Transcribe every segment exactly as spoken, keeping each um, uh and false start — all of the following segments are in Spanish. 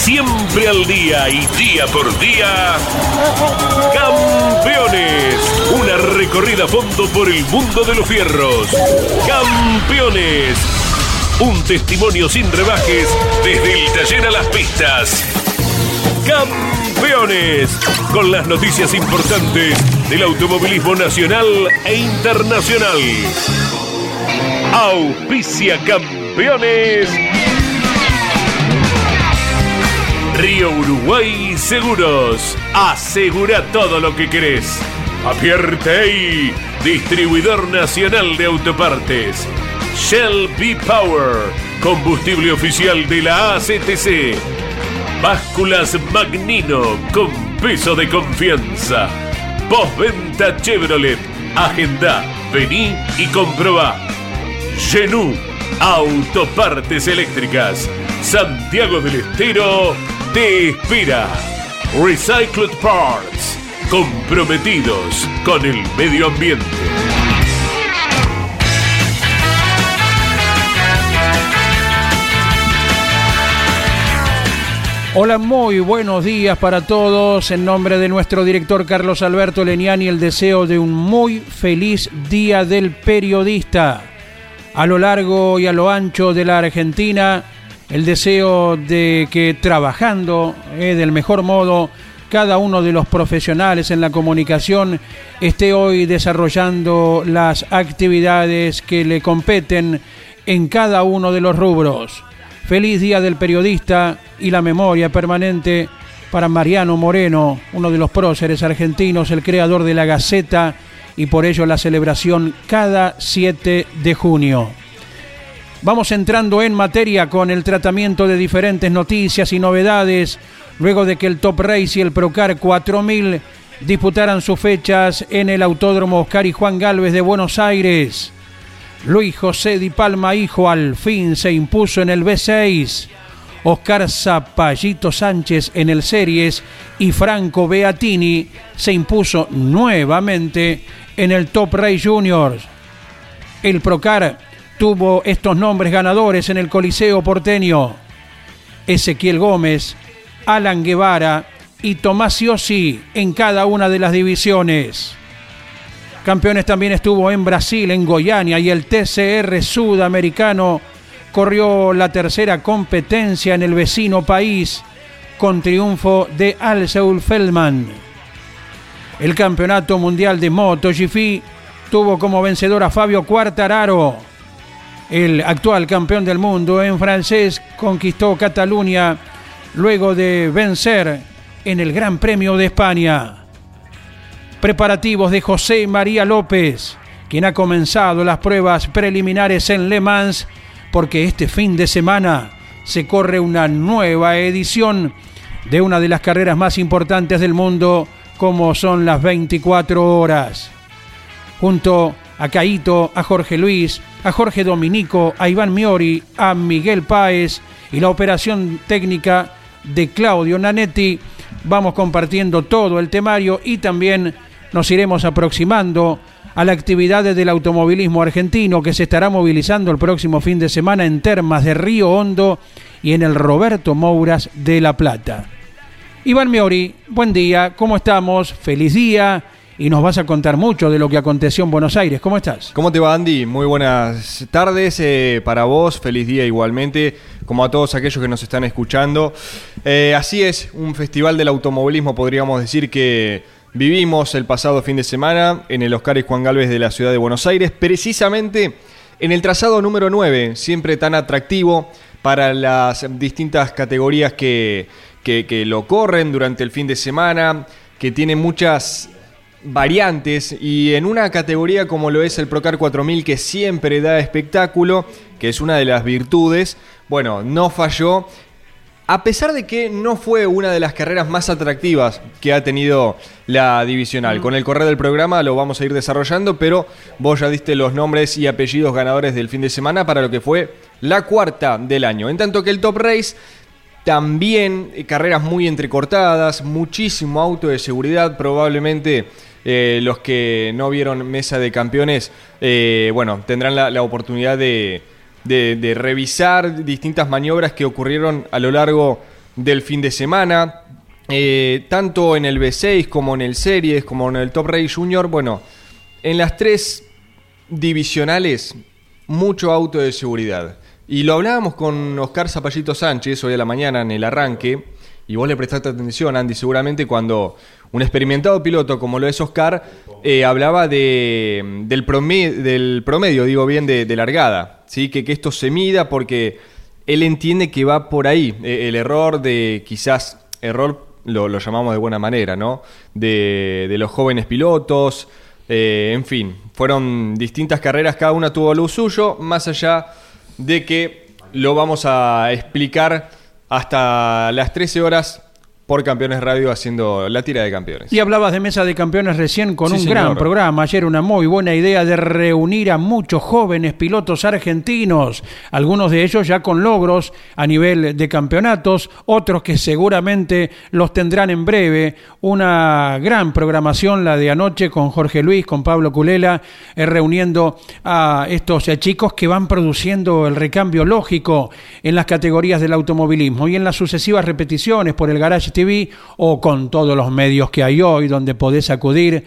Siempre al día y día por día, Campeones. Una recorrida a fondo por el mundo de los fierros. Campeones. Un testimonio sin rebajes desde el taller a las pistas. Campeones. Con las noticias importantes del automovilismo nacional e internacional. Auspicia Campeones. Río Uruguay Seguros. Asegura todo lo que querés. Apierte, distribuidor nacional de autopartes. Shell V-Power, combustible oficial de la A C T C. Básculas Magnino, con peso de confianza. Postventa Chevrolet. Agenda, vení y comprobá. Genú, autopartes eléctricas. Santiago del Estero te espera. Recycled Parts, comprometidos con el medio ambiente. Hola, muy buenos días para todos. En nombre de nuestro director Carlos Alberto Leniani, el deseo de un muy feliz Día del Periodista. A lo largo y a lo ancho de la Argentina, el deseo de que trabajando eh, del mejor modo, cada uno de los profesionales en la comunicación esté hoy desarrollando las actividades que le competen en cada uno de los rubros. Feliz Día del Periodista y la memoria permanente para Mariano Moreno, uno de los próceres argentinos, el creador de la Gaceta, y por ello la celebración cada siete de junio. Vamos entrando en materia con el tratamiento de diferentes noticias y novedades, luego de que el Top Race y el Procar cuatro mil disputaran sus fechas en el Autódromo Oscar y Juan Gálvez de Buenos Aires. Luis José Di Palma hijo al fin se impuso en el B seis. Oscar Zapallito Sánchez en el Series y Franco Beatini se impuso nuevamente en el Top Race Juniors. El Procar tuvo estos nombres ganadores en el Coliseo porteño: Ezequiel Gómez, Alan Guevara y Tomás Iossi en cada una de las divisiones. Campeones también estuvo en Brasil, en Goiânia, y el T C R sudamericano corrió la tercera competencia en el vecino país con triunfo de Alseul Feldman. El campeonato mundial de MotoGP tuvo como vencedor a Fabio Quartararo. El actual campeón del mundo en francés conquistó Cataluña luego de vencer en el Gran Premio de España. Preparativos de José María López, quien ha comenzado las pruebas preliminares en Le Mans, porque este fin de semana se corre una nueva edición de una de las carreras más importantes del mundo, como son las veinticuatro horas. Junto a Caíto, a Jorge Luis, a Jorge Dominico, a Iván Miori, a Miguel Páez y la operación técnica de Claudio Nanetti, vamos compartiendo todo el temario y también nos iremos aproximando a la actividad del automovilismo argentino que se estará movilizando el próximo fin de semana en Termas de Río Hondo y en el Roberto Mouras de La Plata. Iván Miori, buen día, ¿cómo estamos? Feliz día, y nos vas a contar mucho de lo que aconteció en Buenos Aires. ¿Cómo estás? ¿Cómo te va, Andy? Muy buenas tardes eh, para vos, feliz día igualmente, como a todos aquellos que nos están escuchando. Eh, así es, un festival del automovilismo, podríamos decir, que vivimos el pasado fin de semana en el Oscar y Juan Gálvez de la ciudad de Buenos Aires, precisamente en el trazado número nueve, siempre tan atractivo para las distintas categorías que, que, que lo corren durante el fin de semana, que tiene muchas variantes, y en una categoría como lo es el Procar cuatro mil, que siempre da espectáculo, que es una de las virtudes, bueno, no falló. A pesar de que no fue una de las carreras más atractivas que ha tenido la divisional. Con el correr del programa lo vamos a ir desarrollando, pero vos ya diste los nombres y apellidos ganadores del fin de semana para lo que fue la cuarta del año. En tanto que el Top Race, también carreras muy entrecortadas, muchísimo auto de seguridad, probablemente eh, los que no vieron Mesa de Campeones, eh, bueno, tendrán la, la oportunidad de... De, de revisar distintas maniobras que ocurrieron a lo largo del fin de semana. Eh, tanto en el B seis como en el Series, como en el Top Race Junior, bueno, en las tres divisionales, mucho auto de seguridad. Y lo hablábamos con Oscar Zapallito Sánchez hoy a la mañana en el arranque, y vos le prestaste atención, Andy, seguramente cuando un experimentado piloto como lo es Oscar eh, hablaba de, del, promedio, del promedio, digo bien, de, de largada, ¿sí? que, que esto se mida porque él entiende que va por ahí, eh, el error de quizás, error lo, lo llamamos de buena manera, ¿no? De, de los jóvenes pilotos, eh, en fin, fueron distintas carreras, cada una tuvo lo suyo, más allá de que lo vamos a explicar hasta las trece horas por Campeones Radio haciendo la tira de campeones. Y hablabas de mesa de campeones recién con sí, un señor. gran programa. Ayer una muy buena idea de reunir a muchos jóvenes pilotos argentinos, algunos de ellos ya con logros a nivel de campeonatos, otros que seguramente los tendrán en breve. Una gran programación la de anoche con Jorge Luis, con Pablo Culela, eh, reuniendo a estos eh, chicos que van produciendo el recambio lógico en las categorías del automovilismo y en las sucesivas repeticiones por el Garage T V o con todos los medios que hay hoy donde podés acudir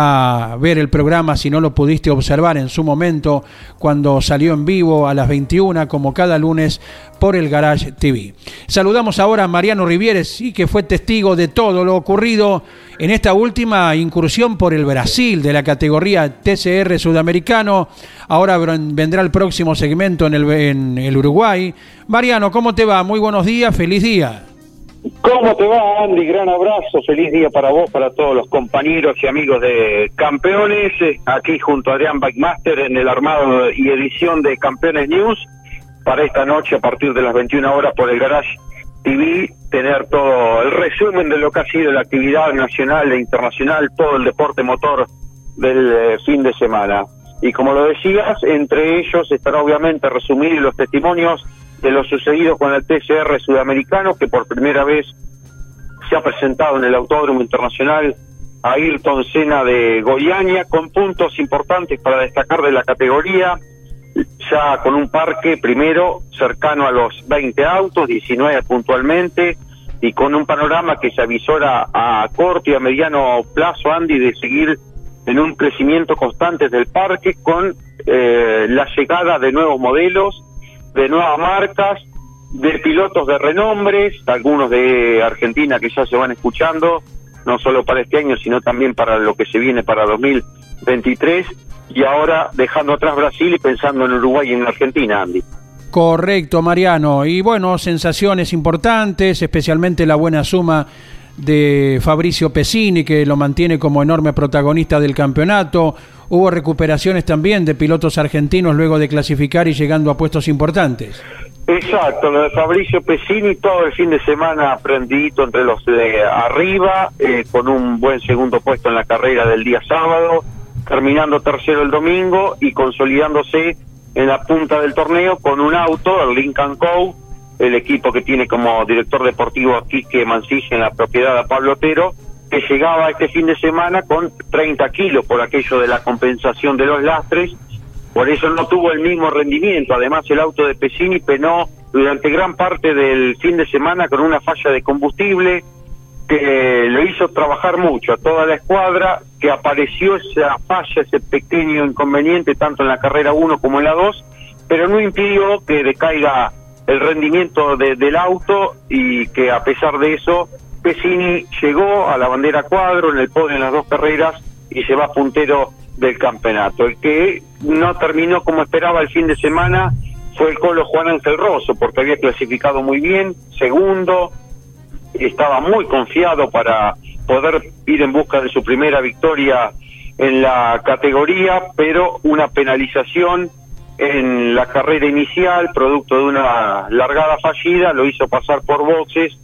a ver el programa si no lo pudiste observar en su momento cuando salió en vivo a las veintiuna como cada lunes por el Garage T V. Saludamos ahora a Mariano Rivieres, sí, que fue testigo de todo lo ocurrido en esta última incursión por el Brasil de la categoría T C R sudamericano. Ahora vendrá el próximo segmento en el, en el Uruguay. Mariano, ¿cómo te va? Muy buenos días, feliz día. ¿Cómo te va, Andy? Gran abrazo, feliz día para vos, para todos los compañeros y amigos de Campeones, aquí junto a Adrián Bikemaster en el armado y edición de Campeones News, para esta noche a partir de las veintiuna horas por el Garage T V, tener todo el resumen de lo que ha sido la actividad nacional e internacional, todo el deporte motor del eh, fin de semana. Y como lo decías, entre ellos están obviamente resumidos los testimonios de lo sucedido con el T C R sudamericano, que por primera vez se ha presentado en el Autódromo Internacional Ayrton Senna de Goiânia, con puntos importantes para destacar de la categoría, ya con un parque primero cercano a los veinte autos, diecinueve puntualmente, y con un panorama que se avisora a corto y a mediano plazo, Andy, de seguir en un crecimiento constante del parque con eh, la llegada de nuevos modelos, de nuevas marcas, de pilotos de renombres, algunos de Argentina que ya se van escuchando, no solo para este año, sino también para lo que se viene para dos mil veintitrés, y ahora dejando atrás Brasil y pensando en Uruguay y en Argentina, Andy. Correcto, Mariano. Y bueno, sensaciones importantes, especialmente la buena suma de Fabricio Pesini, que lo mantiene como enorme protagonista del campeonato. Hubo recuperaciones también de pilotos argentinos luego de clasificar y llegando a puestos importantes. Exacto, lo de Fabricio Pesini, todo el fin de semana aprendidito entre los de arriba, eh, con un buen segundo puesto en la carrera del día sábado, terminando tercero el domingo y consolidándose en la punta del torneo con un auto, el Lincoln Co., el equipo que tiene como director deportivo a Quique Mancilla en la propiedad de Pablo Otero, que llegaba este fin de semana con treinta kilos por aquello de la compensación de los lastres, por eso no tuvo el mismo rendimiento. Además, el auto de Pesini penó durante gran parte del fin de semana con una falla de combustible que lo hizo trabajar mucho a toda la escuadra, que apareció esa falla, ese pequeño inconveniente tanto en la carrera uno como en la dos, pero no impidió que decaiga el rendimiento de, del auto, y que a pesar de eso Pesini llegó a la bandera cuadro en el podio en las dos carreras y se va puntero del campeonato. El que no terminó como esperaba el fin de semana fue el colo Juan Ángel Rosso, porque había clasificado muy bien, segundo, estaba muy confiado para poder ir en busca de su primera victoria en la categoría, pero una penalización en la carrera inicial, producto de una largada fallida, lo hizo pasar por boxes,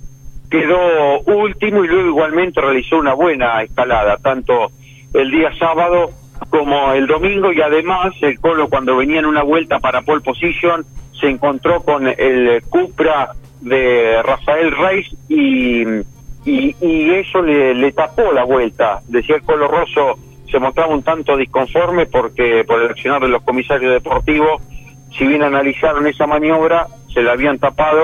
quedó último y luego igualmente realizó una buena escalada, tanto el día sábado como el domingo, y además el Colo, cuando venía en una vuelta para pole position, se encontró con el Cupra de Rafael Reis y, y, y eso le, le tapó la vuelta. Decía el Colo Rosso, se mostraba un tanto disconforme porque por el accionar de los comisarios deportivos, si bien analizaron esa maniobra, se la habían tapado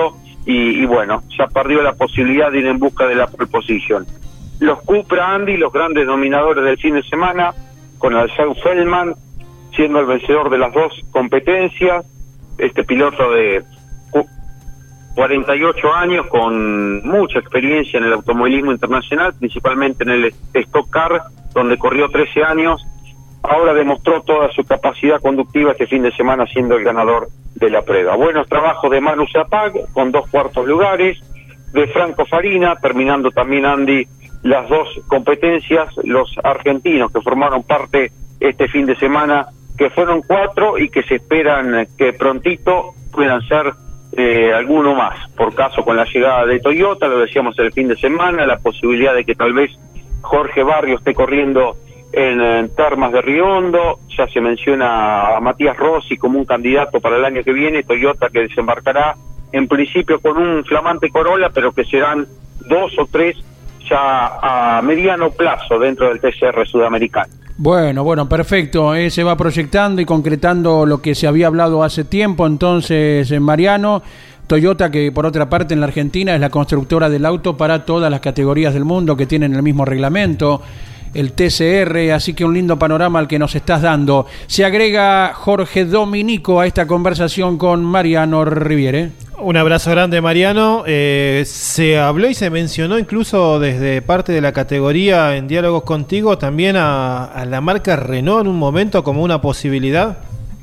y, y bueno, ya perdió la posibilidad de ir en busca de la pole position. Los Cupra, Andy, los grandes dominadores del fin de semana, con Alzheu Feldman siendo el vencedor de las dos competencias, este piloto de cuarenta y ocho años con mucha experiencia en el automovilismo internacional, principalmente en el Stock Car, donde corrió trece años, ahora demostró toda su capacidad conductiva este fin de semana siendo el ganador de la prueba. Buenos trabajos de Manu Zapag con dos cuartos lugares, de Franco Farina, terminando también, Andy, las dos competencias, los argentinos que formaron parte este fin de semana, que fueron cuatro y que se esperan que prontito puedan ser eh, alguno más, por caso con la llegada de Toyota, lo decíamos el fin de semana, la posibilidad de que tal vez Jorge Barrio esté corriendo en, en Termas de Riondo, ya se menciona a Matías Rossi como un candidato para el año que viene, Toyota que desembarcará en principio con un flamante Corolla, pero que serán dos o tres ya a mediano plazo dentro del T C R sudamericano. Bueno, bueno, perfecto, eh, se va proyectando y concretando lo que se había hablado hace tiempo, entonces, eh, Mariano, Toyota, que por otra parte en la Argentina es la constructora del auto para todas las categorías del mundo que tienen el mismo reglamento, el T C R, así que un lindo panorama al que nos estás dando. Se agrega Jorge Dominico a esta conversación con Mariano Riviere. Un abrazo grande, Mariano. Eh, se habló y se mencionó incluso desde parte de la categoría en diálogos contigo también a, a la marca Renault en un momento como una posibilidad.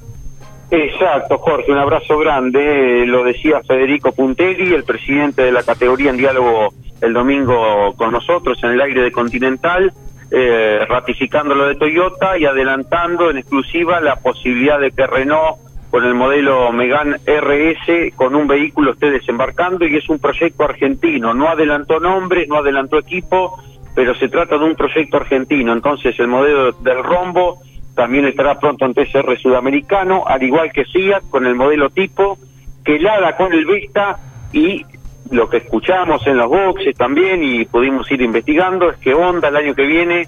Exacto, Jorge, un abrazo grande. Eh, lo decía Federico Punteri, el presidente de la categoría, en diálogo el domingo con nosotros en el aire de Continental, eh, ratificando lo de Toyota y adelantando en exclusiva la posibilidad de que Renault con el modelo Megane R S, con un vehículo esté desembarcando, y es un proyecto argentino, no adelantó nombres, no adelantó equipo, pero se trata de un proyecto argentino, entonces el modelo del Rombo también estará pronto en T C R sudamericano, al igual que Fiat con el modelo tipo, que Lada con el Vista, y lo que escuchamos en los boxes también y pudimos ir investigando es que Honda el año que viene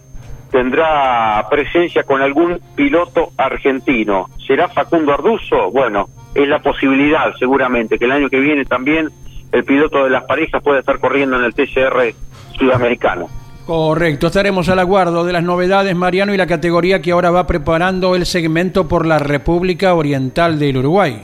tendrá presencia con algún piloto argentino. ¿Será Facundo Arduzo? Bueno, es la posibilidad seguramente que el año que viene también el piloto de las parejas pueda estar corriendo en el T C R sudamericano. Correcto, estaremos al aguardo de las novedades, Mariano, y la categoría que ahora va preparando el segmento por la República Oriental del Uruguay.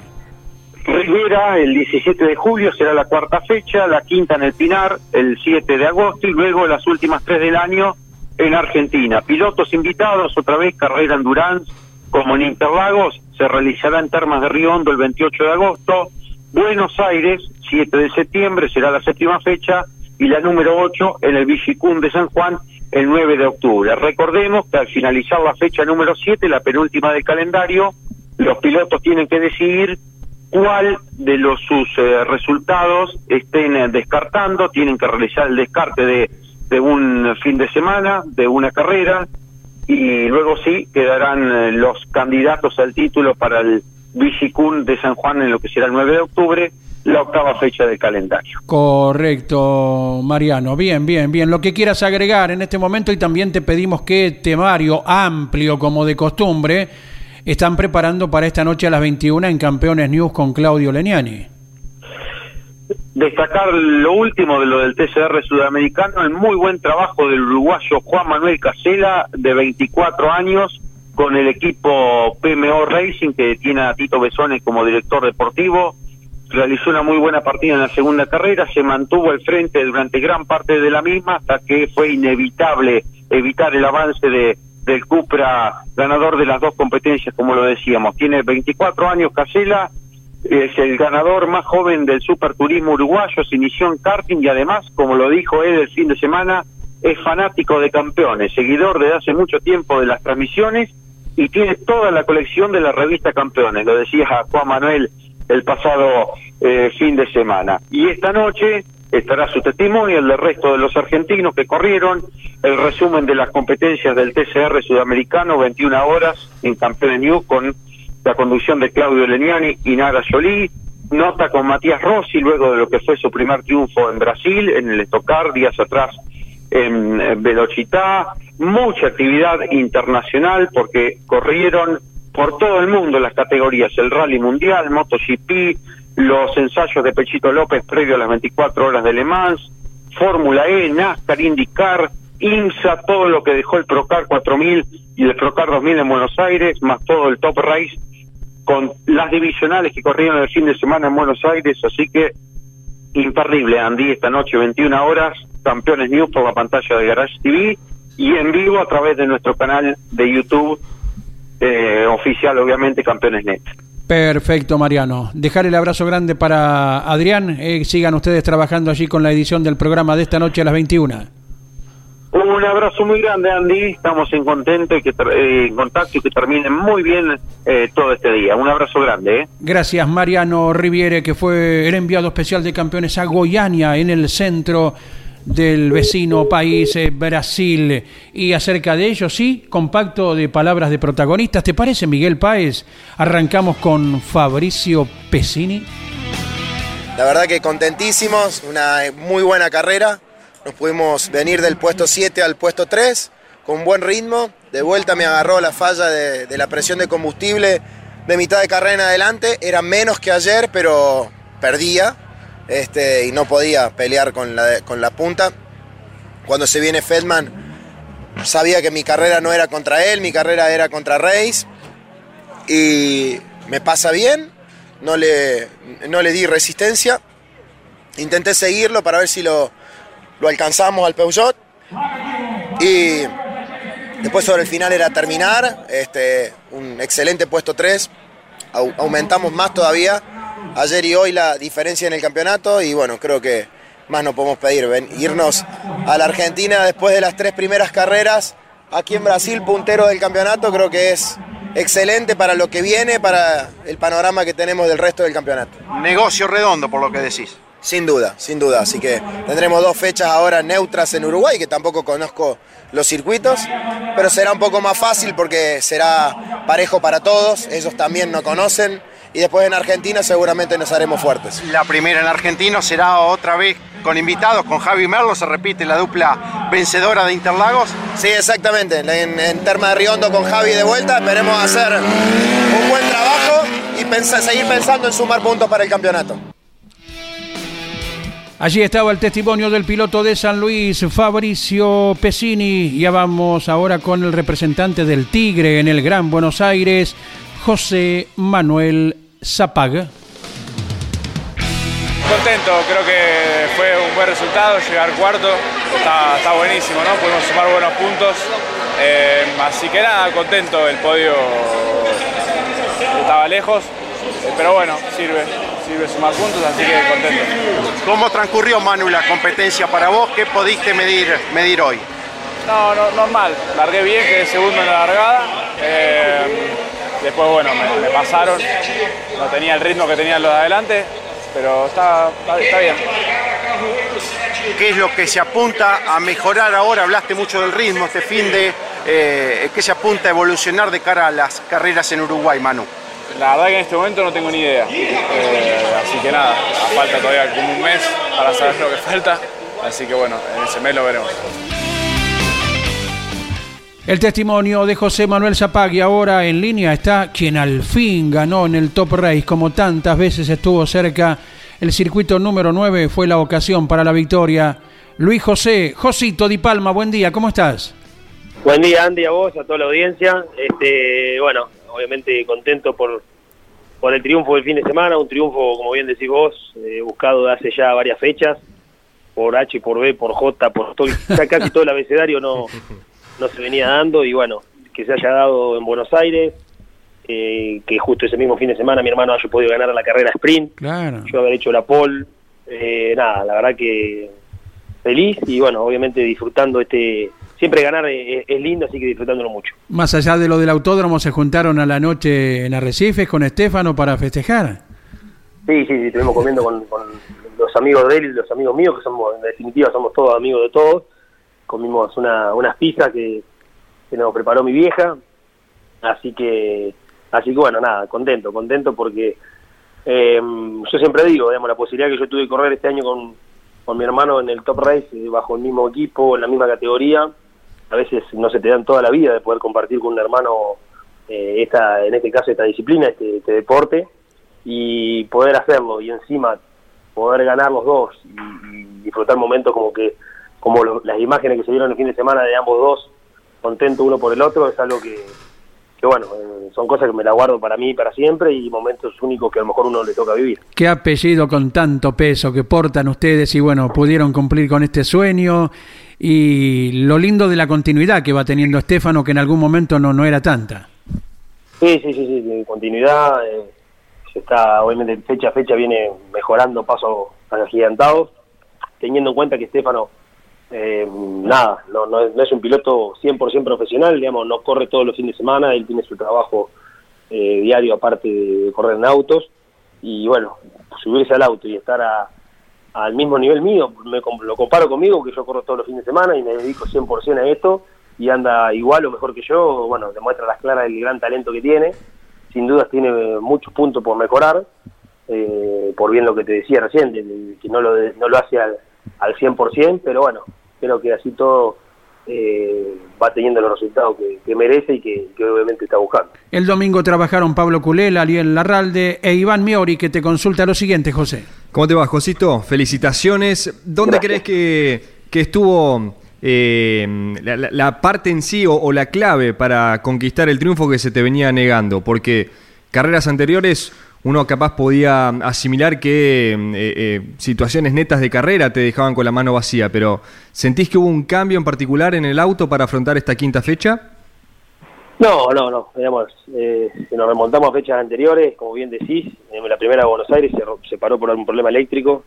Rivera, el diecisiete de julio será la cuarta fecha, la quinta en el Pinar, el siete de agosto, y luego las últimas tres del año en Argentina. Pilotos invitados, otra vez carrera Endurance, como en Interlagos, se realizará en Termas de Riondo el veintiocho de agosto, Buenos Aires, siete de septiembre, será la séptima fecha, y la número ocho en el Villicún de San Juan, el nueve de octubre. Recordemos que al finalizar la fecha número siete, la penúltima del calendario, los pilotos tienen que decidir cuál de los sus eh, resultados estén eh, descartando, tienen que realizar el descarte de, de un fin de semana, de una carrera, y luego sí quedarán eh, los candidatos al título para el Villicún de San Juan en lo que será el nueve de octubre, la octava fecha del calendario. Correcto, Mariano. Bien, bien, bien. Lo que quieras agregar en este momento, y también te pedimos que temario amplio como de costumbre están preparando para esta noche a las veintiuna en Campeones News con Claudio Leniani. Destacar lo último de lo del T C R sudamericano, el muy buen trabajo del uruguayo Juan Manuel Casela, de veinticuatro años, con el equipo P M O Racing, que tiene a Tito Besones como director deportivo. Realizó una muy buena partida en la segunda carrera, se mantuvo al frente durante gran parte de la misma, hasta que fue inevitable evitar el avance de del Cupra, ganador de las dos competencias, como lo decíamos. Tiene veinticuatro años Casela, es el ganador más joven del superturismo uruguayo, se inició en karting y además, como lo dijo él el fin de semana, es fanático de Campeones, seguidor desde hace mucho tiempo de las transmisiones y tiene toda la colección de la revista Campeones, lo decía Juan Manuel el pasado eh, fin de semana. Y esta noche estará su testimonio, el del resto de los argentinos que corrieron, el resumen de las competencias del T C R sudamericano, veintiuna horas en Campeones News, con la conducción de Claudio Leniani y Nara Jolie, nota con Matías Rossi, luego de lo que fue su primer triunfo en Brasil, en el Stock Car, días atrás en, en Velocità, mucha actividad internacional, porque corrieron por todo el mundo las categorías, el Rally Mundial, MotoGP, los ensayos de Pechito López previo a las veinticuatro horas de Le Mans, Fórmula E, NASCAR, IndyCar, IMSA, todo lo que dejó el Procar cuatro mil y el Procar dos mil en Buenos Aires, más todo el Top Race, con las divisionales que corrieron el fin de semana en Buenos Aires, así que imperdible, Andy, esta noche veintiuna horas, Campeones News por la pantalla de Garage T V y en vivo a través de nuestro canal de YouTube, eh, oficial obviamente, Campeones Net. Perfecto, Mariano. Dejar el abrazo grande para Adrián. Eh, sigan ustedes trabajando allí con la edición del programa de esta noche a las veintiuna. Un abrazo muy grande, Andy. Estamos en contento y que eh, en contacto y que termine muy bien eh, todo este día. Un abrazo grande. ¿eh? Gracias, Mariano Riviere, que fue el enviado especial de Campeones a Goiânia, en el centro del vecino país eh, Brasil. Y acerca de ello, sí, compacto de palabras de protagonistas. ¿Te parece, Miguel Páez? Arrancamos con Fabricio Pesini. La verdad que contentísimos, una muy buena carrera. Nos pudimos venir del puesto siete al puesto tres con buen ritmo. De vuelta me agarró la falla de, de la presión de combustible de mitad de carrera en adelante. Era menos que ayer, pero perdía este, y no podía pelear con la, con la punta. Cuando se viene Feldman, sabía que mi carrera no era contra él, mi carrera era contra Reis. Y me pasa bien, no le, no le di resistencia. Intenté seguirlo para ver si lo... Lo alcanzamos al Peugeot y después sobre el final era terminar, este, un excelente puesto tres, aumentamos más todavía ayer y hoy la diferencia en el campeonato y bueno, creo que más no podemos pedir, ven, irnos a la Argentina después de las tres primeras carreras aquí en Brasil, puntero del campeonato, creo que es excelente para lo que viene, para el panorama que tenemos del resto del campeonato. Negocio redondo por lo que decís. Sin duda, sin duda, así que tendremos dos fechas ahora neutras en Uruguay, que tampoco conozco los circuitos, pero será un poco más fácil porque será parejo para todos, ellos también no conocen, y después en Argentina seguramente nos haremos fuertes. La primera en Argentino será otra vez con invitados, con Javi Merlo, se repite la dupla vencedora de Interlagos. Sí, exactamente, en, en Terma de Riondo con Javi de vuelta, esperemos hacer un buen trabajo y pensar, seguir pensando en sumar puntos para el campeonato. Allí estaba el testimonio del piloto de San Luis, Fabricio Pesini. Ya vamos ahora con el representante del Tigre en el Gran Buenos Aires, José Manuel Zapag. Contento, creo que fue un buen resultado, llegar cuarto, está, está buenísimo, ¿no? Pudimos sumar buenos puntos, eh, así que nada, contento, el podio estaba lejos, eh, pero bueno, sirve. Sirve sumar puntos, así que contento. ¿Cómo transcurrió, Manu, la competencia para vos? ¿Qué pudiste medir, medir hoy? No, no, normal. Largué bien, quedé segundo en la largada. Eh, después, bueno, me, me pasaron. No tenía el ritmo que tenían los de adelante, pero está, está, está bien. ¿Qué es lo que se apunta a mejorar ahora? Hablaste mucho del ritmo este fin de... Eh, ¿Qué se apunta a evolucionar de cara a las carreras en Uruguay, Manu? La verdad que en este momento no tengo ni idea, eh, así que nada, falta todavía como un mes para saber lo que falta, así que bueno, en ese mes lo veremos. El testimonio de José Manuel Zapag, y ahora en línea está quien al fin ganó en el Top Race, como tantas veces estuvo cerca. El circuito número nueve fue la ocasión para la victoria. Luis José, Josito Di Palma, buen día, ¿cómo estás? Buen día, Andy, a vos, a toda la audiencia. Este, bueno, obviamente contento por, por el triunfo del fin de semana, un triunfo, como bien decís vos, eh, buscado de hace ya varias fechas, por H, por B, por J, por todo, ya casi todo el abecedario no, no se venía dando, y bueno, que se haya dado en Buenos Aires, eh, que justo ese mismo fin de semana mi hermano haya podido ganar la carrera sprint, claro. Yo haber hecho la pole, eh, nada, la verdad que feliz, y bueno, obviamente disfrutando este... Siempre ganar es, es lindo, así que disfrutándolo mucho. Más allá de lo del autódromo, ¿se juntaron a la noche en Arrecifes con Estefano para festejar? Sí, sí, sí, estuvimos comiendo con, con los amigos de él y los amigos míos, que somos, en definitiva, somos todos amigos de todos. Comimos una, unas pizzas que, que nos preparó mi vieja, así que, así que bueno, nada, contento, contento porque eh, yo siempre digo, digamos, la posibilidad que yo tuve de correr este año con, con mi hermano en el Top Race, eh, bajo el mismo equipo, en la misma categoría, a veces no se te dan toda la vida de poder compartir con un hermano eh, esta, en este caso esta disciplina, este, este deporte, y poder hacerlo y encima poder ganar los dos y, y disfrutar momentos como que como lo, las imágenes que se vieron el fin de semana de ambos dos contentos uno por el otro, es algo que, que bueno, eh, son cosas que me la guardo para mí para siempre y momentos únicos que a lo mejor uno le toca vivir. Qué apellido con tanto peso que portan ustedes y bueno, pudieron cumplir con este sueño y lo lindo de la continuidad que va teniendo Stefano, que en algún momento no, no era tanta. Sí, sí, sí, sí, continuidad, eh, se está, obviamente fecha a fecha viene mejorando pasos agigantados, teniendo en cuenta que Stefano, eh, nada, no, no, es, no es un piloto cien por ciento profesional, digamos, no corre todos los fines de semana, él tiene su trabajo eh, diario aparte de correr en autos, y bueno, subirse al auto y estar a, al mismo nivel mío, me, lo comparo conmigo, que yo corro todos los fines de semana y me dedico cien por ciento a esto, y anda igual o mejor que yo, bueno, demuestra a las claras el gran talento que tiene, sin dudas tiene muchos puntos por mejorar, eh, por bien lo que te decía recién, de, de, que no lo, de, no lo hace al, al cien por ciento, pero bueno, creo que así todo eh, va teniendo los resultados que, que merece y que, que obviamente está buscando. El domingo trabajaron Pablo Culela, Ariel Larralde e Iván Miori, que te consulta lo siguiente, José. ¿Cómo te va, Josito? Felicitaciones. ¿Dónde Gracias. crees que, que estuvo eh, la, la, la parte en sí o, o la clave para conquistar el triunfo que se te venía negando? Porque carreras anteriores uno capaz podía asimilar que eh, eh, situaciones netas de carrera te dejaban con la mano vacía, pero ¿sentís que hubo un cambio en particular en el auto para afrontar esta quinta fecha? No, no, no. Digamos, eh, si nos remontamos a fechas anteriores, como bien decís, en la primera de Buenos Aires se, se paró por algún problema eléctrico,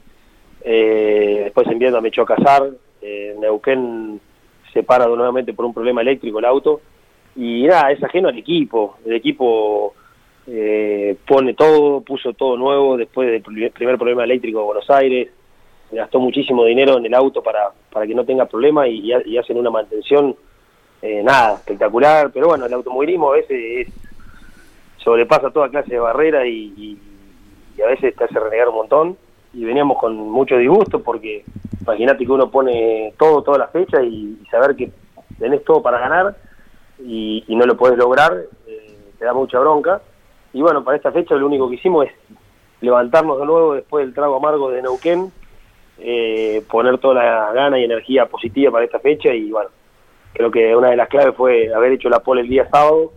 eh, después en Viedma me echó a cazar, eh, Neuquén se para nuevamente por un problema eléctrico el auto, y nada, es ajeno al equipo, el equipo eh, pone todo, puso todo nuevo después del primer problema eléctrico de Buenos Aires, gastó muchísimo dinero en el auto para, para que no tenga problema y, y hacen una mantención Eh, nada, espectacular, pero bueno, el automovilismo a veces es, sobrepasa toda clase de barrera y, y, y a veces te hace renegar un montón, y veníamos con mucho disgusto porque imagínate que uno pone todo, toda la fecha y, y saber que tenés todo para ganar y, y no lo podés lograr, eh, te da mucha bronca, y bueno, para esta fecha lo único que hicimos es levantarnos de nuevo después del trago amargo de Neuquén, eh, poner toda la gana y energía positiva para esta fecha, y bueno, creo que una de las claves fue haber hecho la pole el día sábado,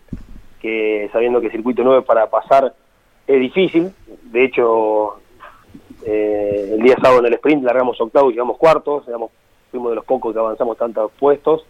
que sabiendo que el circuito nueve para pasar es difícil. De hecho, eh, el día sábado en el sprint largamos octavo y llegamos cuartos, digamos, fuimos de los pocos que avanzamos tantos puestos,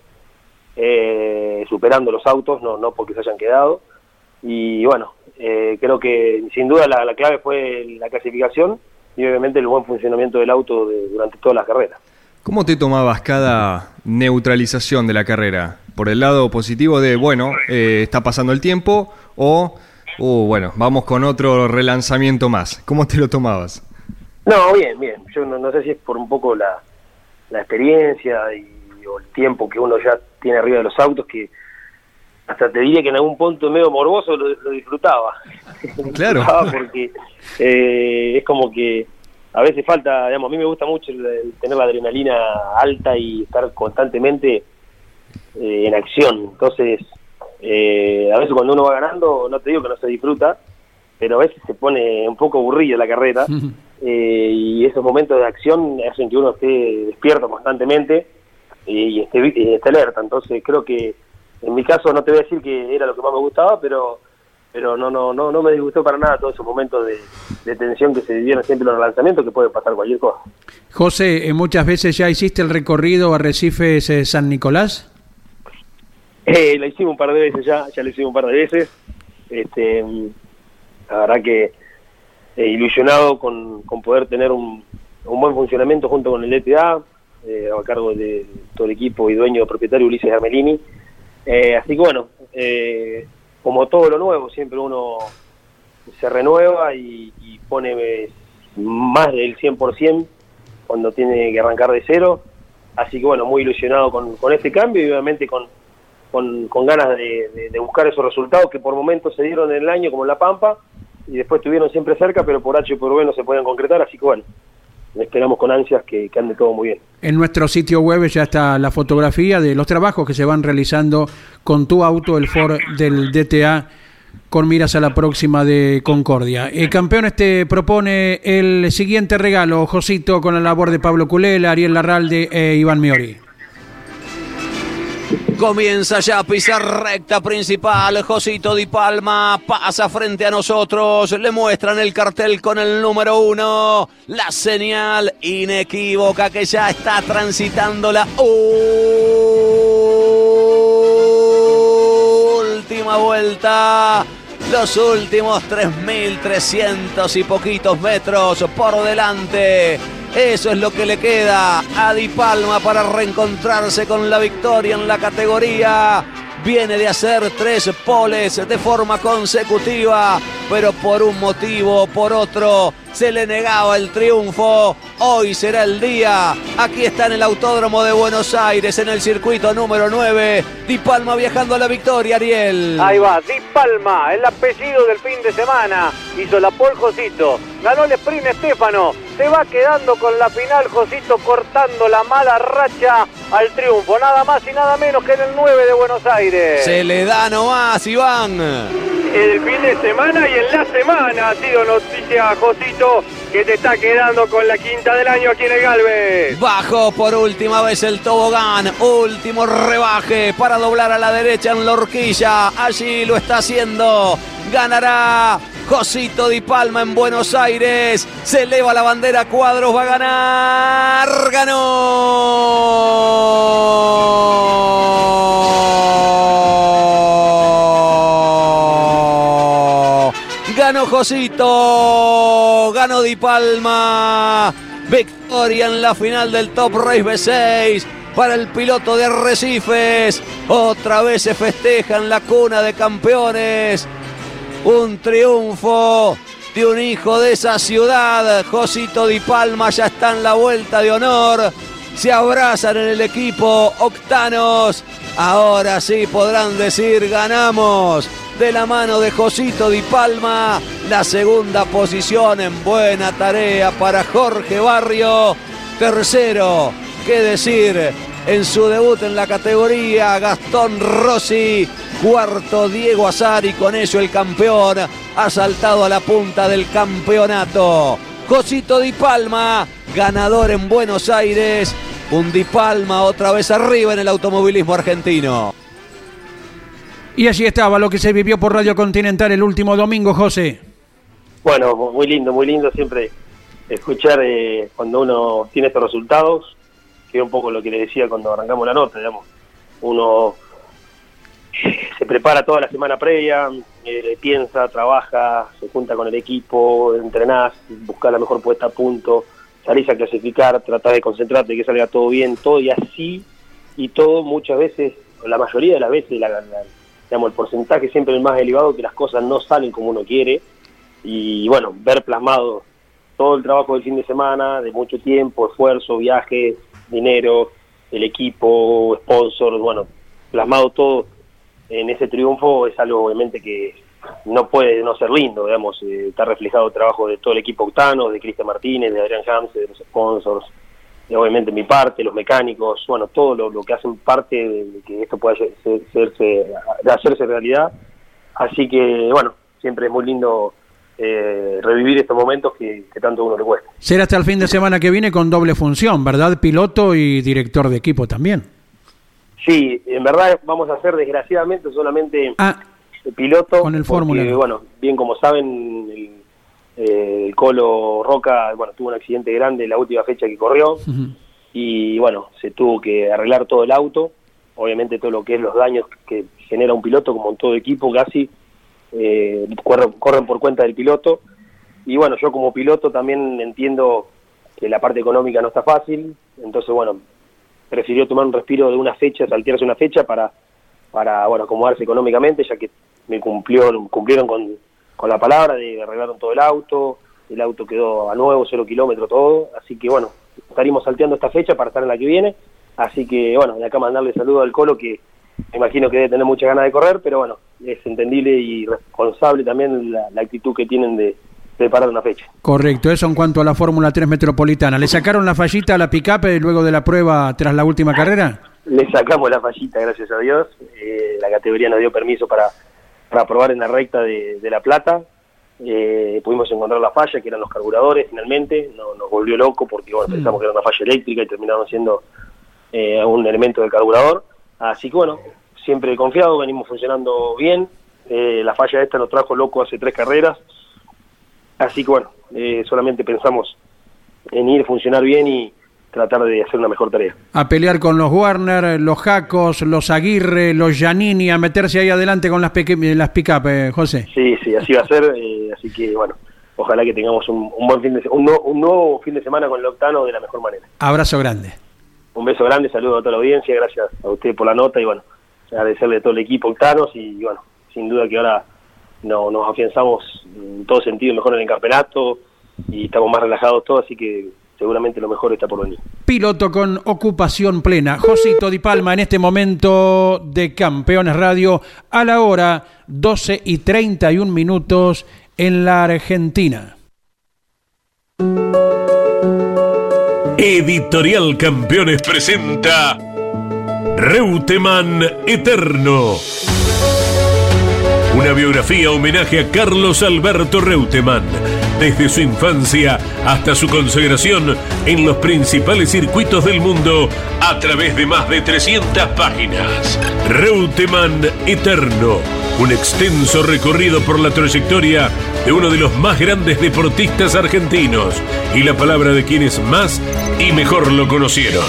eh, superando los autos, no, no porque se hayan quedado. Y bueno, eh, creo que sin duda la, la clave fue la clasificación y obviamente el buen funcionamiento del auto de, durante todas las carreras. ¿Cómo te tomabas cada neutralización de la carrera? ¿Por el lado positivo de, bueno, eh, está pasando el tiempo o, uh, bueno, vamos con otro relanzamiento más? ¿Cómo te lo tomabas? No, bien, bien. Yo no, no sé si es por un poco la, la experiencia y, o el tiempo que uno ya tiene arriba de los autos, que hasta te diría que en algún punto medio morboso lo, lo disfrutaba. Claro. Lo disfrutaba porque eh, es como que a veces falta, digamos, a mí me gusta mucho el, el tener la adrenalina alta y estar constantemente eh, en acción. Entonces, eh, a veces cuando uno va ganando, no te digo que no se disfruta, pero a veces se pone un poco aburrida la carrera, eh, y esos momentos de acción hacen que uno esté despierto constantemente y, y, esté, y esté alerta. Entonces creo que en mi caso no te voy a decir que era lo que más me gustaba, pero pero no no no no me disgustó para nada todos esos momentos de, de tensión que se vivieron siempre en los lanzamientos, que puede pasar cualquier cosa. José, eh, muchas veces ya hiciste el recorrido Arrecifes eh, San Nicolás. Eh, lo hicimos un par de veces ya, ya lo hicimos un par de veces. Este, la verdad que eh, ilusionado con, con poder tener un, un buen funcionamiento junto con el D T A, eh, a cargo de todo el equipo y dueño propietario Ulises Armelini. Eh, así que bueno, eh, como todo lo nuevo, siempre uno se renueva y, y pone más del cien por ciento cuando tiene que arrancar de cero. Así que bueno, muy ilusionado con, con este cambio y obviamente con, con, con ganas de, de, de buscar esos resultados que por momentos se dieron en el año, como en La Pampa, y después estuvieron siempre cerca, pero por H y por B no se podían concretar. Así que bueno, esperamos con ansias que, que ande todo muy bien. En nuestro sitio web ya está la fotografía de los trabajos que se van realizando con tu auto, el Ford del D T A, con miras a la próxima de Concordia. El Campeones te propone el siguiente regalo, Josito, con la labor de Pablo Culela, Ariel Larralde e Iván Miori. Comienza ya a pisar recta principal, Josito Di Palma pasa frente a nosotros, le muestran el cartel con el número uno, la señal inequívoca que ya está transitando la última vuelta, los últimos tres mil trescientos y poquitos metros por delante. Eso es lo que le queda a Di Palma para reencontrarse con la victoria en la categoría. Viene de hacer tres poles de forma consecutiva, pero por un motivo o por otro se le negaba el triunfo. Hoy será el día. Aquí está en el Autódromo de Buenos Aires, en el circuito número nueve. Di Palma viajando a la victoria, Ariel. Ahí va, Di Palma, el apellido del fin de semana. Hizo la pole Josito, ganó el sprint Estefano. Se va quedando con la final Josito, cortando la mala racha al triunfo. Nada más y nada menos que en el nueve de Buenos Aires. Se le da nomás, Iván. El fin de semana y en la semana ha sido noticia, Josito, que te está quedando con la quinta del año aquí en el Galvez. Bajó por última vez el tobogán, último rebaje para doblar a la derecha en la horquilla. Allí lo está haciendo. Ganará Josito Di Palma en Buenos Aires. Se eleva la bandera, Cuadros va a ganar. ¡Ganó! Ganó Josito, ganó Di Palma. Victoria en la final del Top Race B seis para el piloto de Arrecifes. Otra vez se festeja en la cuna de campeones. Un triunfo de un hijo de esa ciudad. Josito Di Palma ya está en la vuelta de honor. Se abrazan en el equipo octanos. Ahora sí podrán decir ganamos. De la mano de Josito Di Palma, la segunda posición en buena tarea para Jorge Barrio. Tercero, qué decir, en su debut en la categoría, Gastón Rossi. Cuarto, Diego Azar, y con ello el campeón ha saltado a la punta del campeonato. Josito Di Palma, ganador en Buenos Aires. Un Di Palma otra vez arriba en el automovilismo argentino. Y allí estaba lo que se vivió por Radio Continental el último domingo, José. Bueno, muy lindo, muy lindo siempre escuchar eh, cuando uno tiene estos resultados, que es un poco lo que le decía cuando arrancamos la nota, digamos. Uno se prepara toda la semana previa, eh, piensa, trabaja, se junta con el equipo, entrenás, buscás la mejor puesta a punto, salís a clasificar, tratás de concentrarte, que salga todo bien, todo y así, y todo muchas veces, la mayoría de las veces, la, la, digamos, el porcentaje siempre es más elevado, que las cosas no salen como uno quiere, y bueno, ver plasmado todo el trabajo del fin de semana, de mucho tiempo, esfuerzo, viajes, dinero, el equipo, sponsors, bueno, plasmado todo en ese triunfo es algo obviamente que no puede no ser lindo, digamos, eh, está reflejado el trabajo de todo el equipo octano, de Cristian Martínez, de Adrián Jamse, de los sponsors, y obviamente mi parte, los mecánicos, bueno, todo lo, lo que hacen parte de, de que esto pueda hacerse, de hacerse realidad, así que bueno, siempre es muy lindo eh, revivir estos momentos que, que tanto a uno le cuesta. Será hasta el fin de semana que viene con doble función, ¿verdad? Piloto y director de equipo también. Sí, en verdad vamos a hacer desgraciadamente solamente ah, el piloto, con el Fórmula. Bueno, bien como saben, el, eh, el Colo Roca, bueno, tuvo un accidente grande en la última fecha que corrió, uh-huh. y bueno, se tuvo que arreglar todo el auto, obviamente todo lo que es los daños que genera un piloto, como en todo equipo casi, eh, corren, corren por cuenta del piloto, y bueno, yo como piloto también entiendo que la parte económica no está fácil, entonces bueno, prefirió tomar un respiro de una fecha, saltearse una fecha para, para bueno, acomodarse económicamente, ya que me cumplió, cumplieron con, con la palabra de arreglaron todo el auto, el auto quedó a nuevo, cero kilómetros, todo, así que bueno, estaríamos salteando esta fecha para estar en la que viene, así que bueno, de acá mandarle saludo al Colo, que me imagino que debe tener muchas ganas de correr, pero bueno, es entendible y responsable también la, la actitud que tienen de preparar una fecha. Correcto, eso en cuanto a la Fórmula tres Metropolitana. ¿Le sacaron la fallita a la picape luego de la prueba tras la última carrera? Le sacamos la fallita, gracias a Dios. Eh, la categoría nos dio permiso para, para probar en la recta de, de La Plata. Eh, pudimos encontrar la falla, que eran los carburadores finalmente. No, nos volvió loco porque bueno, pensamos que era una falla eléctrica y terminaron siendo eh, un elemento del carburador. Así que bueno, siempre confiado, venimos funcionando bien. Eh, la falla esta nos trajo loco hace tres carreras. Así que bueno, eh, solamente pensamos en ir, funcionar bien y tratar de hacer una mejor tarea. A pelear con los Warner, los Jacos, los Aguirre, los Giannini, a meterse ahí adelante con las, las pick-up, eh, José. Sí, sí, así va a ser, eh, así que bueno, ojalá que tengamos un, un buen fin de un, no, un nuevo fin de semana con el octano de la mejor manera. Abrazo grande. Un beso grande, saludo a toda la audiencia, gracias a usted por la nota y bueno, agradecerle a todo el equipo octanos y bueno, sin duda que ahora no, nos afianzamos en todo sentido mejor en el campeonato y estamos más relajados todos, así que seguramente lo mejor está por venir. Piloto con ocupación plena, Josito Di Palma en este momento de Campeones Radio a la hora doce y treinta y un minutos en la Argentina. Editorial Campeones presenta Reutemann Eterno. Una biografía homenaje a Carlos Alberto Reutemann, desde su infancia hasta su consagración en los principales circuitos del mundo a través de más de trescientas páginas. Reutemann Eterno, un extenso recorrido por la trayectoria de uno de los más grandes deportistas argentinos y la palabra de quienes más y mejor lo conocieron.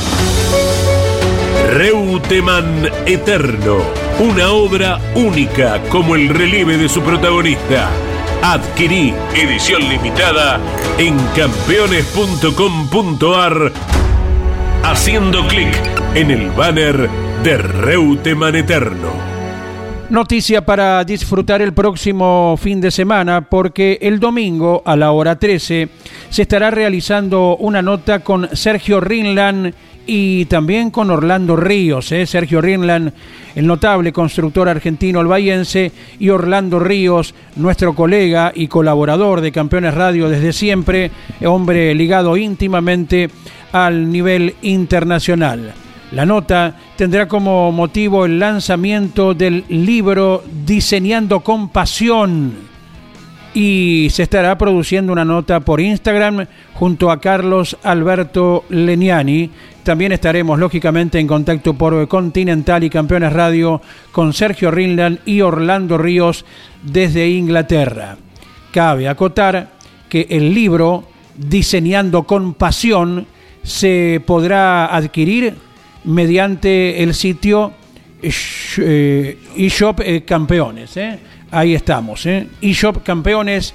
Reutemann Eterno, una obra única como el relieve de su protagonista. Adquirí edición limitada en campeones punto com punto ar haciendo clic en el banner de Reutemann Eterno. Noticia para disfrutar el próximo fin de semana, porque el domingo a la hora trece se estará realizando una nota con Sergio Rinland y también con Orlando Ríos, ¿eh? Sergio Rinland, el notable constructor argentino albayense, y Orlando Ríos, nuestro colega y colaborador de Campeones Radio desde siempre, hombre ligado íntimamente al nivel internacional. La nota tendrá como motivo el lanzamiento del libro Diseñando con Pasión y se estará produciendo una nota por Instagram junto a Carlos Alberto Leniani. También estaremos lógicamente en contacto por Continental y Campeones Radio con Sergio Rinland y Orlando Ríos desde Inglaterra. Cabe acotar que el libro Diseñando con Pasión se podrá adquirir mediante el sitio eh, eShop eh, Campeones. Eh. Ahí estamos, eh. eShop Campeones,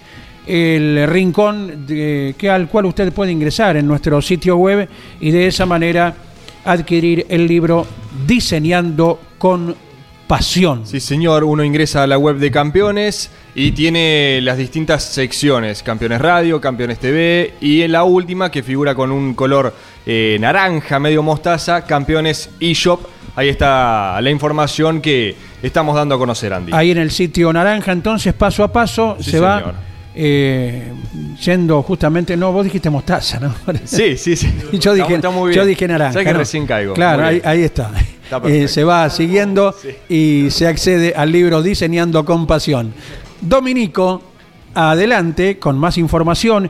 el rincón de, que al cual usted puede ingresar en nuestro sitio web y de esa manera adquirir el libro Diseñando con Pasión. Sí, señor, uno ingresa a la web de Campeones y tiene las distintas secciones: Campeones Radio, Campeones T V y en la última, que figura con un color eh, naranja, medio mostaza, Campeones eShop. Ahí está la información que estamos dando a conocer, Andy. Ahí en el sitio naranja, entonces, paso a paso, sí, se señor. va eh, yendo justamente... No, vos dijiste mostaza, ¿no? Sí, sí, sí. Yo dije, está, está muy bien. yo dije naranja. Sabes que ¿no? recién caigo. Claro, ahí, ahí está. está eh, se va siguiendo sí. y se accede al libro Diseñando con Pasión. Dominico, adelante con más información,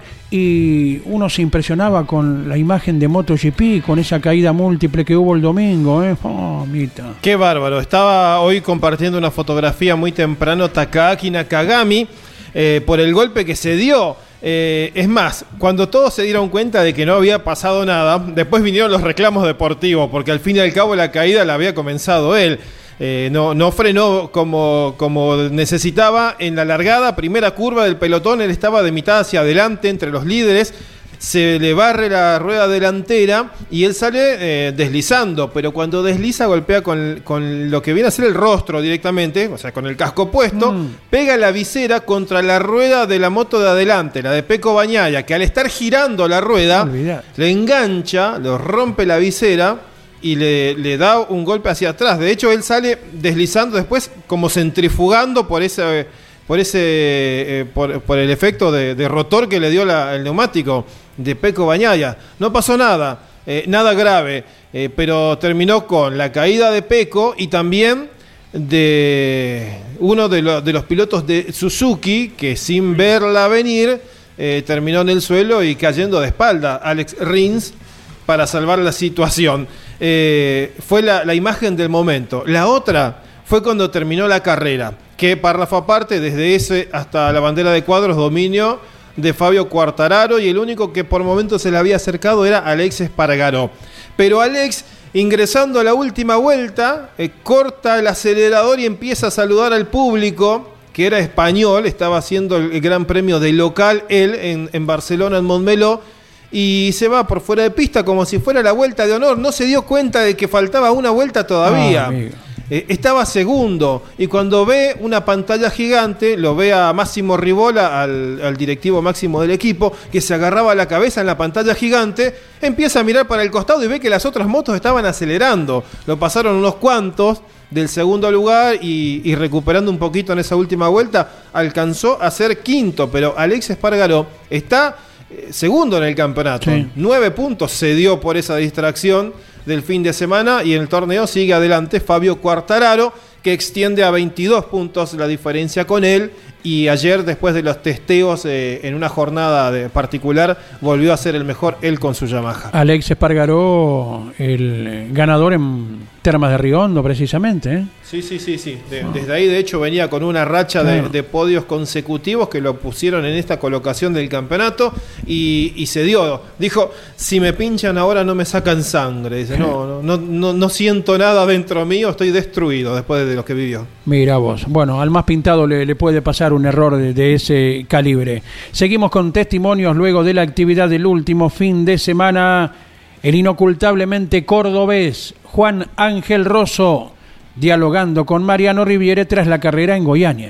y uno se impresionaba con la imagen de MotoGP, con esa caída múltiple que hubo el domingo, ¿eh? Oh, mita. Qué bárbaro. Estaba hoy compartiendo una fotografía muy temprano Takaaki Nakagami eh, por el golpe que se dio. Eh, es más, cuando todos se dieron cuenta de que no había pasado nada, después vinieron los reclamos deportivos, porque al fin y al cabo la caída la había comenzado él. Eh, no, no frenó como, como necesitaba en la largada, primera curva del pelotón, él estaba de mitad hacia adelante entre los líderes, se le barre la rueda delantera y él sale eh, deslizando, pero cuando desliza golpea con, con lo que viene a ser el rostro directamente, o sea, con el casco puesto, mm. pega la visera contra la rueda de la moto de adelante, la de Pecco Bagnaia, que al estar girando la rueda, no le engancha, lo rompe la visera y le, le da un golpe hacia atrás. De hecho, él sale deslizando después como centrifugando por ese, por ese, eh, por, por el efecto de, de rotor que le dio la, el neumático de Pecco Bagnaia. No pasó nada, eh, nada grave, eh, pero terminó con la caída de Pecco y también de uno de, lo, de los pilotos de Suzuki, que sin verla venir eh, terminó en el suelo y cayendo de espalda Alex Rins para salvar la situación. Eh, fue la, la imagen del momento. La otra fue cuando terminó la carrera, que párrafo aparte, desde ese hasta la bandera de cuadros, dominio de Fabio Quartararo, y el único que por momentos se le había acercado era Alex Espargaró. Pero Alex, ingresando a la última vuelta, eh, corta el acelerador y empieza a saludar al público, que era español, estaba haciendo el, el gran premio de local él en, en Barcelona, en Montmeló, y se va por fuera de pista como si fuera la vuelta de honor. No se dio cuenta de que faltaba una vuelta todavía. Oh, eh, estaba segundo, y cuando ve una pantalla gigante, lo ve a Máximo Rivola, al, al directivo máximo del equipo, que se agarraba la cabeza en la pantalla gigante, empieza a mirar para el costado y ve que las otras motos estaban acelerando. Lo pasaron unos cuantos del segundo lugar y, y recuperando un poquito en esa última vuelta, alcanzó a ser quinto, pero Alex Espargaró está eh, segundo en el campeonato. Sí. Nueve puntos se dio por esa distracción del fin de semana, y en el torneo sigue adelante Fabio Quartararo, que extiende a veintidós puntos la diferencia con él, y ayer, después de los testeos eh, en una jornada de particular, volvió a ser el mejor él con su Yamaha. Alex Espargaró, el ganador en Termas de Riondo, precisamente, ¿eh? Sí, sí, sí, sí. De, desde ahí, de hecho, venía con una racha de, de podios consecutivos que lo pusieron en esta colocación del campeonato, y, y se dio. Dijo, si me pinchan ahora no me sacan sangre. Dice, no, no, no, no siento nada dentro mío, estoy destruido después de lo que vivió. Mira vos. Bueno, al más pintado le, le puede pasar un error de, de ese calibre. Seguimos con testimonios luego de la actividad del último fin de semana. El inocultablemente cordobés Juan Ángel Rosso, dialogando con Mariano Riviere tras la carrera en Goiânia.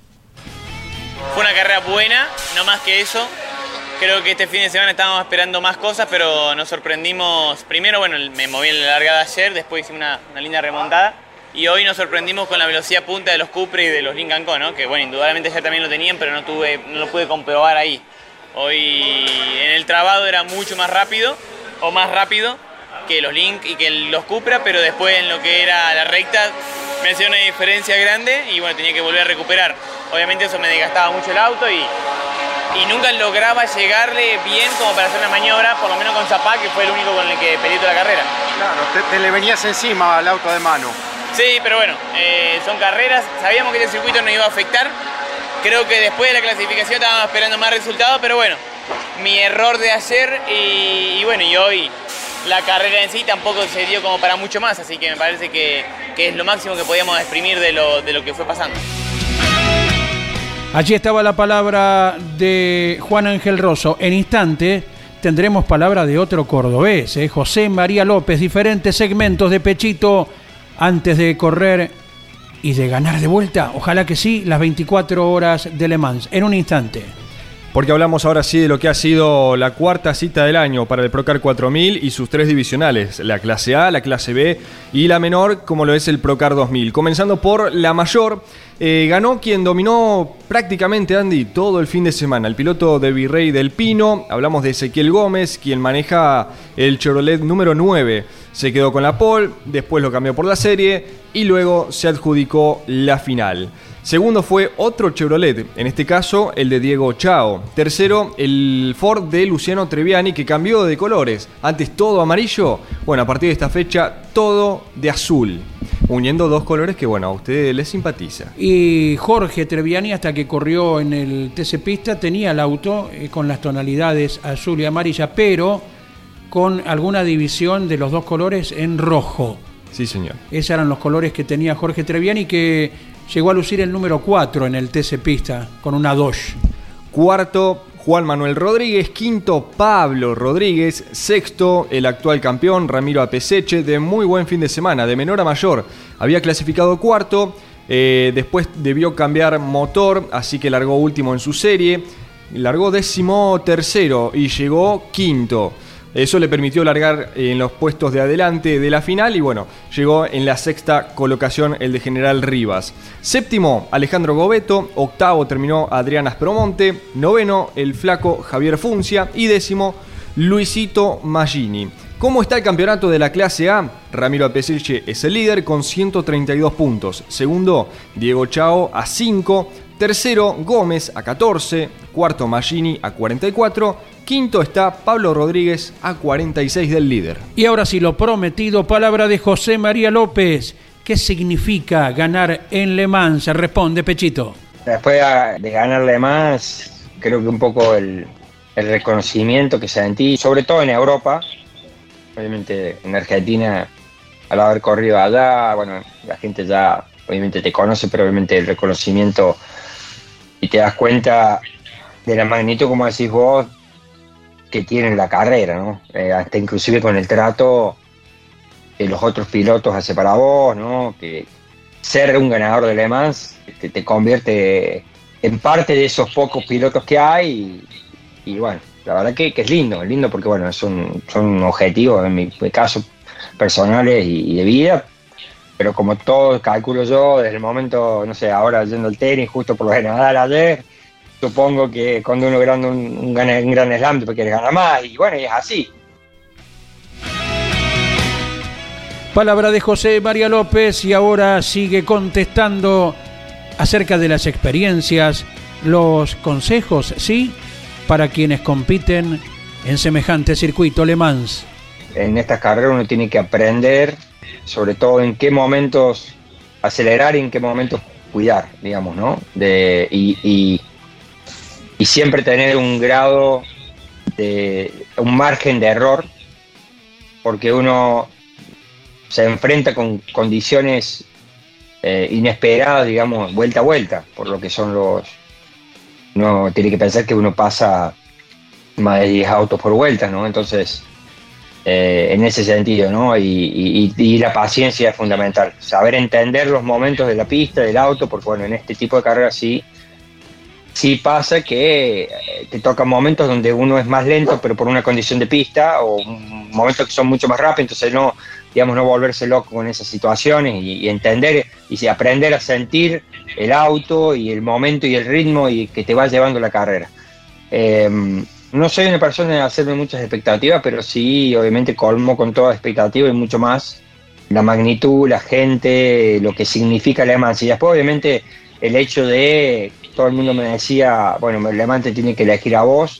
Fue una carrera buena, no más que eso. Creo que este fin de semana estábamos esperando más cosas, pero nos sorprendimos. Primero, bueno, me moví en la largada ayer, después hicimos una, una linda remontada. Y hoy nos sorprendimos con la velocidad punta de los Cupra y de los Lincoln Co, ¿no? Que bueno, indudablemente ayer también lo tenían, pero no, tuve, no lo pude comprobar ahí. Hoy en el trabado era mucho más rápido, o más rápido que los Link y que los Cupra, pero después en lo que era la recta me hacía una diferencia grande y bueno, tenía que volver a recuperar. Obviamente eso me desgastaba mucho el auto y, y nunca lograba llegarle bien como para hacer una maniobra, por lo menos con Zapá, que fue el único con el que peleé toda la carrera. Claro, te, te le venías encima al auto de mano. Sí, pero bueno, eh, son carreras, sabíamos que este circuito nos iba a afectar. Creo que después de la clasificación estábamos esperando más resultados, pero bueno, mi error de ayer y, y bueno, y hoy la carrera en sí tampoco se dio como para mucho más, así que me parece que, que es lo máximo que podíamos exprimir de lo, de lo que fue pasando. Allí estaba la palabra de Juan Ángel Rosso. En instante tendremos palabra de otro cordobés, ¿eh? José María López, diferentes segmentos de Pechito antes de correr y de ganar de vuelta, ojalá que sí, las veinticuatro horas de Le Mans. En un instante. Porque hablamos ahora sí de lo que ha sido la cuarta cita del año para el Procar cuatro mil y sus tres divisionales, la clase A, la clase B y la menor, como lo es el Procar dos mil. Comenzando por la mayor, eh, ganó quien dominó prácticamente, Andy, todo el fin de semana, el piloto de Virrey del Pino. Hablamos de Ezequiel Gómez, quien maneja el Chevrolet número nueve. Se quedó con la pole, después lo cambió por la serie y luego se adjudicó la final. Segundo fue otro Chevrolet, en este caso el de Diego Chao. Tercero, el Ford de Luciano Treviani, que cambió de colores. Antes todo amarillo, bueno, a partir de esta fecha todo de azul. Uniendo dos colores que, bueno, a ustedes les simpatiza. Y Jorge Treviani, hasta que corrió en el T C Pista, tenía el auto eh, con las tonalidades azul y amarilla, pero con alguna división de los dos colores en rojo. Sí, señor. Esos eran los colores que tenía Jorge Treviani, que llegó a lucir el número cuatro en el T C Pista, con una Dodge. Cuarto, Juan Manuel Rodríguez. Quinto, Pablo Rodríguez. Sexto, el actual campeón, Ramiro Apeseche, de muy buen fin de semana, de menor a mayor. Había clasificado cuarto, eh, después debió cambiar motor, así que largó último en su serie. Largó décimo tercero y llegó quinto. Eso le permitió largar en los puestos de adelante de la final y bueno, llegó en la sexta colocación el de General Rivas. Séptimo, Alejandro Gobeto. Octavo terminó Adrián Aspromonte. Noveno, el flaco Javier Funcia. Y décimo, Luisito Maggini. ¿Cómo está el campeonato de la clase A? Ramiro Apesirche es el líder con ciento treinta y dos puntos. Segundo, Diego Chao a cinco. Tercero, Gómez a catorce. Cuarto, Magini a cuarenta y cuatro. Quinto está Pablo Rodríguez a cuarenta y seis del líder. Y ahora sí, lo prometido, palabra de José María López. ¿Qué significa ganar en Le Mans? Responde Pechito. Después de ganar Le Mans, creo que un poco el, el reconocimiento que sentí, sobre todo en Europa. Obviamente en Argentina, al haber corrido allá, bueno, la gente ya obviamente te conoce, pero obviamente el reconocimiento y te das cuenta de la magnitud, como decís vos, que tiene la carrera, ¿no? Eh, hasta inclusive con el trato que los otros pilotos hace para vos, ¿no? Que ser un ganador de Le Mans te, te convierte en parte de esos pocos pilotos que hay y, y bueno, la verdad que, que es lindo, es lindo porque bueno, son, son objetivos en mi caso personales y, y de vida, pero como todo calculo yo, desde el momento, no sé, ahora yendo al tenis, justo por lo de Nadal ayer, supongo que cuando uno gana un, un, gana un gran slam te quiere ganar más y bueno, y es así. Palabra de José María López y ahora sigue contestando acerca de las experiencias, los consejos, ¿sí? Para quienes compiten en semejante circuito Le Mans. En estas carreras uno tiene que aprender, sobre todo en qué momentos acelerar y en qué momentos cuidar, digamos, ¿no? De, y, y, y siempre tener un grado de, un margen de error, porque uno se enfrenta con condiciones eh, inesperadas, digamos, vuelta a vuelta, por lo que son los... Uno tiene que pensar que uno pasa más de diez autos por vuelta, ¿no? Entonces, eh, en ese sentido, ¿no? Y, y, y la paciencia es fundamental. Saber entender los momentos de la pista, del auto, porque bueno, en este tipo de carreras sí, sí pasa que te tocan momentos donde uno es más lento, pero por una condición de pista, o momentos que son mucho más rápidos, entonces no, digamos, no volverse loco con esas situaciones y, y entender y aprender a sentir el auto y el momento y el ritmo y que te va llevando la carrera. Eh, no soy una persona de hacerme muchas expectativas, pero sí, obviamente colmo con toda expectativa y mucho más la magnitud, la gente, lo que significa Le Mans. Y después, obviamente, el hecho de, todo el mundo me decía, bueno, Le Mans te tiene que elegir a vos,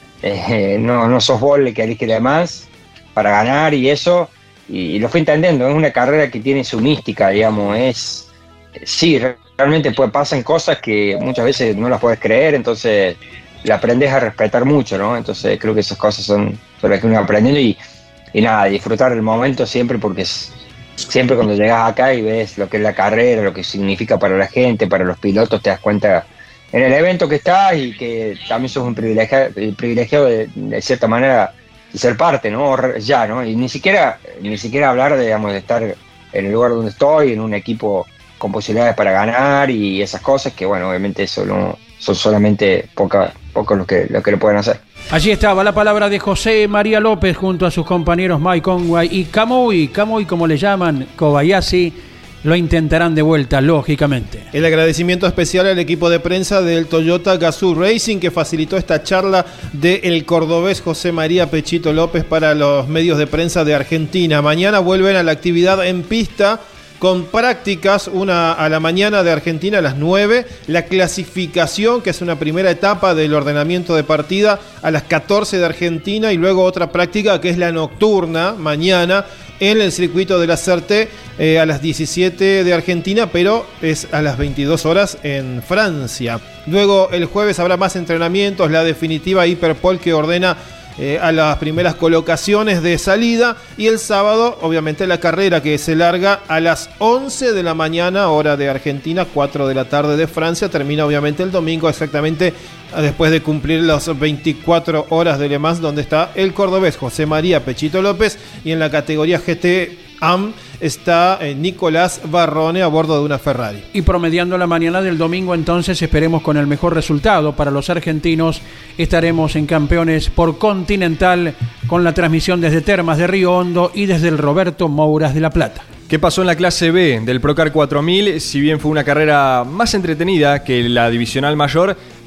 eh, no, no sos vos el que elige Le Mans para ganar y eso. Y lo fui entendiendo, es una carrera que tiene su mística, digamos, es, sí, realmente pues pasan cosas que muchas veces no las puedes creer, entonces la aprendes a respetar mucho, ¿no? Entonces creo que esas cosas son, son las que uno va aprendiendo y, y nada, disfrutar el momento siempre, porque es, siempre cuando llegas acá y ves lo que es la carrera, lo que significa para la gente, para los pilotos, te das cuenta en el evento que estás y que también sos un privilegiado, privilegiado de, de cierta manera, y ser parte, ¿no? Ya, ¿no? Y ni siquiera, ni siquiera hablar de, digamos, de estar en el lugar donde estoy, en un equipo con posibilidades para ganar y esas cosas, que bueno, obviamente eso no son solamente pocos pocos los que, los que lo pueden hacer. Allí estaba la palabra de José María López junto a sus compañeros Mike Conway y Kamui, Kamui como le llaman, Kobayashi. Lo intentarán de vuelta, lógicamente. El agradecimiento especial al equipo de prensa del Toyota Gazoo Racing que facilitó esta charla del cordobés José María Pechito López para los medios de prensa de Argentina. Mañana vuelven a la actividad en pista con prácticas, una a la mañana de Argentina a las nueve, la clasificación, que es una primera etapa del ordenamiento de partida, a las catorce de Argentina, y luego otra práctica que es la nocturna, mañana, en el circuito de la C E R T eh, a las diecisiete de Argentina, pero es a las veintidós horas en Francia. Luego el jueves habrá más entrenamientos, la definitiva Hiperpole que ordena eh, a las primeras colocaciones de salida, y el sábado obviamente la carrera que se larga a las once de la mañana hora de Argentina, cuatro de la tarde de Francia, termina obviamente el domingo exactamente después de cumplir las veinticuatro horas de Le Mans, donde está el cordobés José María Pechito López, y en la categoría G T A M está eh, Nicolás Barrone a bordo de una Ferrari. Y promediando la mañana del domingo, entonces esperemos con el mejor resultado para los argentinos. Estaremos en Campeones por Continental con la transmisión desde Termas de Río Hondo y desde el Roberto Mouras de La Plata. ¿Qué pasó en la clase B del Procar cuatro mil? Si bien fue una carrera más entretenida que la divisional mayor,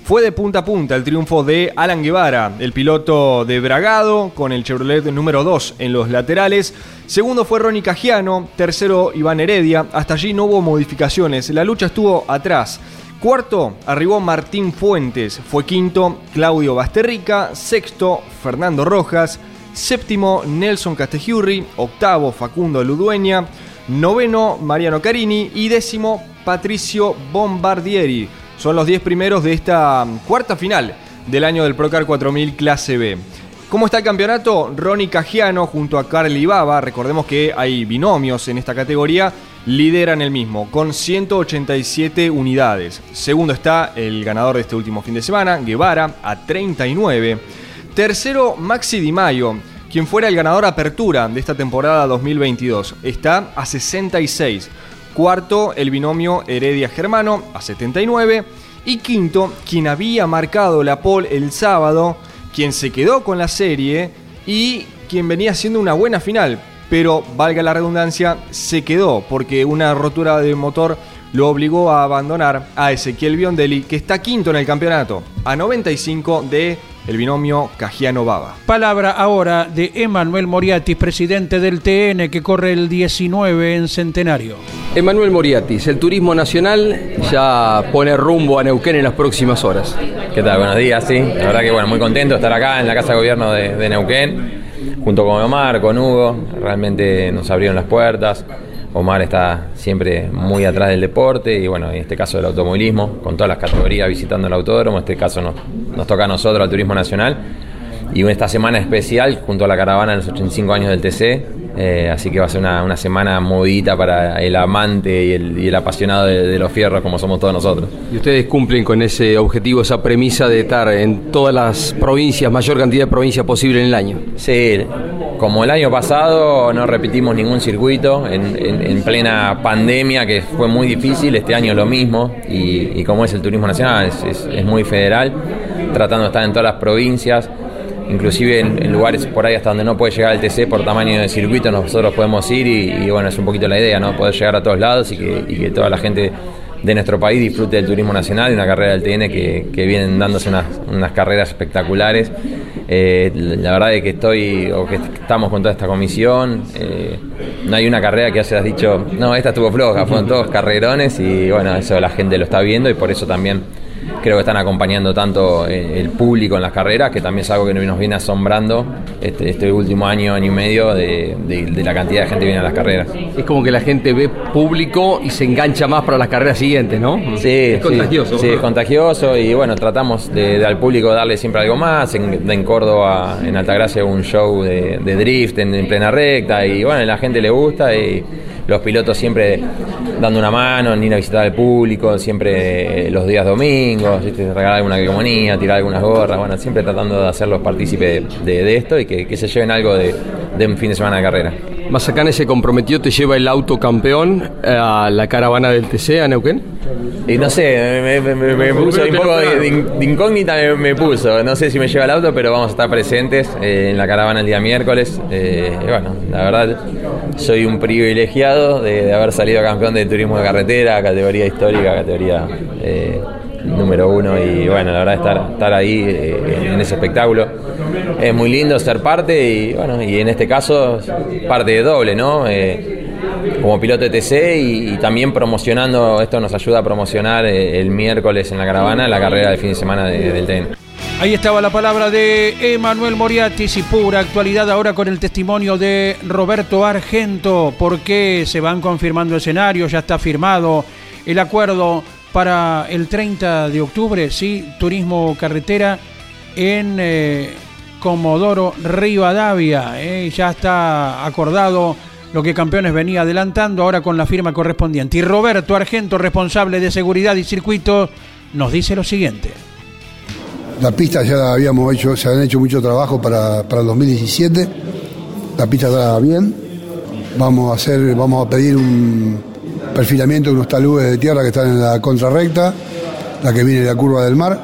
Fue de punta a punta el triunfo de Alan Guevara, el piloto de Bragado, con el Chevrolet número dos en los laterales. Segundo fue Ronnie Cagiano, tercero Iván Heredia. Hasta allí no hubo modificaciones, la lucha estuvo atrás. Cuarto, arribó Martín Fuentes. Fue quinto, Claudio Basterrica. Sexto, Fernando Rojas. Séptimo, Nelson Castegiurri. Octavo, Facundo Ludueña. Noveno, Mariano Carini. Y décimo, Patricio Bombardieri. Son los diez primeros de esta cuarta final del año del Procar cuatro mil Clase B. ¿Cómo está el campeonato? Ronnie Cagiano junto a Carly Baba, recordemos que hay binomios en esta categoría, lideran el mismo con ciento ochenta y siete unidades. Segundo está el ganador de este último fin de semana, Guevara, a treinta y nueve. Tercero, Maxi Di Maio, quien fuera el ganador apertura de esta temporada dos mil veintidós, está a sesenta y seis. Cuarto, el binomio Heredia Germano, a setenta y nueve. Y quinto, quien había marcado la pole el sábado, quien se quedó con la serie y quien venía haciendo una buena final, pero valga la redundancia, se quedó porque una rotura de motor lo obligó a abandonar a Ezequiel Biondelli, que está quinto en el campeonato, a noventa y cinco de el binomio Cagiano-Baba. Palabra ahora de Emanuel Moriatis, presidente del T N, que corre el diecinueve en Centenario. Emanuel Moriatis, el turismo nacional ya pone rumbo a Neuquén en las próximas horas. ¿Qué tal? Buenos días, sí. La verdad que bueno, muy contento de estar acá en la Casa de Gobierno de, de Neuquén, junto con Omar, con Hugo. Realmente nos abrieron las puertas. Omar está siempre muy atrás del deporte y bueno, en este caso del automovilismo, con todas las categorías visitando el autódromo. En este caso nos, nos toca a nosotros, al turismo nacional. Y esta semana especial junto a la caravana de los ochenta y cinco años del T C, eh, así que va a ser una, una semana movidita para el amante y el, y el apasionado de, de los fierros como somos todos nosotros. Y ustedes cumplen con ese objetivo, esa premisa de estar en todas las provincias, mayor cantidad de provincias posible en el año. Sí, como el año pasado no repetimos ningún circuito en, en, en plena pandemia, que fue muy difícil. Este año lo mismo, y, y como es el turismo nacional, es, es, es muy federal, tratando de estar en todas las provincias. Inclusive en, en lugares por ahí hasta donde no puede llegar el T C por tamaño de circuito, nosotros podemos ir y, y bueno, es un poquito la idea, ¿no? Poder llegar a todos lados y que, y que toda la gente de nuestro país disfrute del turismo nacional y una carrera del T N que, que vienen dándose unas, unas carreras espectaculares. Eh, la verdad es que estoy, o que estamos con toda esta comisión, eh, no hay una carrera que hayas dicho, no, esta estuvo floja, fueron todos carrerones y bueno, eso la gente lo está viendo y por eso también creo que están acompañando tanto el público en las carreras, que también es algo que nos viene asombrando este, este último año, año y medio, de, de, de la cantidad de gente que viene a las carreras. Es como que la gente ve público y se engancha más para las carreras siguientes, ¿no? Sí, es contagioso. Sí, sí, es contagioso y bueno, tratamos de, de al público darle siempre algo más. En, en Córdoba, en Altagracia, un show de, de drift en, en plena recta y bueno, a la gente le gusta y los pilotos siempre dando una mano, en ir a visitar al público, siempre los días domingos, ¿viste? Regalar alguna calcomanía, tirar algunas gorras, bueno, siempre tratando de hacerlos partícipes de, de, de esto y que, que se lleven algo de, de un fin de semana de carrera. Mazacane se comprometió, te lleva el auto campeón a la caravana del T C a Neuquén. Y no sé, me, me, me, me puso un poco de, de incógnita, me, me puso. No sé si me lleva el auto, pero vamos a estar presentes eh, en la caravana el día miércoles. Eh, y bueno, la verdad, soy un privilegiado de, de haber salido campeón de turismo de carretera, categoría histórica, categoría eh, número uno. Y bueno, la verdad, estar, estar ahí eh, en ese espectáculo es muy lindo, ser parte y bueno, y en este caso, parte de doble, ¿no? Eh, como piloto de T C y, y también promocionando, esto nos ayuda a promocionar eh, el miércoles en la caravana la carrera del fin de semana de, del T N. Ahí estaba la palabra de Emanuel Moriatis y pura actualidad ahora con el testimonio de Roberto Argento, porque se van confirmando escenarios, ya está firmado el acuerdo para el treinta de octubre, sí, turismo carretera en eh, Comodoro Rivadavia, eh, ya está acordado lo que Campeones venía adelantando ahora con la firma correspondiente. Y Roberto Argento, responsable de seguridad y circuito, nos dice lo siguiente. La pista ya habíamos hecho, se han hecho mucho trabajo para, para el dos mil diecisiete. La pista está bien. Vamos a hacer, vamos a pedir un perfilamiento de unos taludes de tierra que están en la contrarrecta, la que viene de la curva del mar.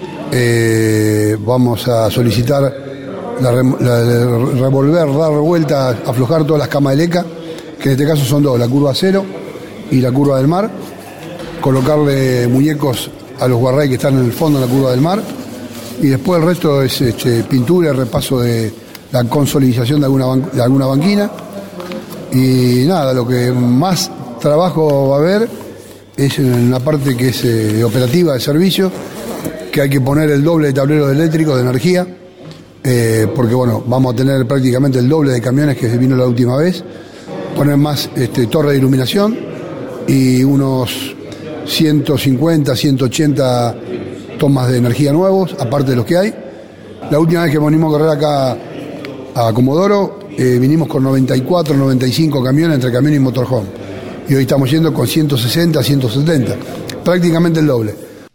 Eh, vamos a solicitar la, la, la revolver, dar vuelta, aflojar todas las camas de leca, que en este caso son dos, la curva cero y la curva del mar, colocarle muñecos a los guarray que están en el fondo, en la curva del mar. Y después el resto es este, pintura, repaso de la consolidación de alguna, ban- de alguna banquina. Y nada, lo que más trabajo va a haber es en la parte que es eh, operativa de servicio, que hay que poner el doble de tableros eléctricos de energía, eh, porque bueno, vamos a tener prácticamente el doble de camiones que vino la última vez, poner más este, torre de iluminación y unos ciento cincuenta, ciento ochenta tomas de energía nuevos, aparte de los que hay. La última vez que venimos a correr acá a Comodoro, eh, vinimos con noventa y cuatro, noventa y cinco camiones entre camión y motorhome. Y hoy estamos yendo con ciento sesenta, ciento setenta, prácticamente el doble.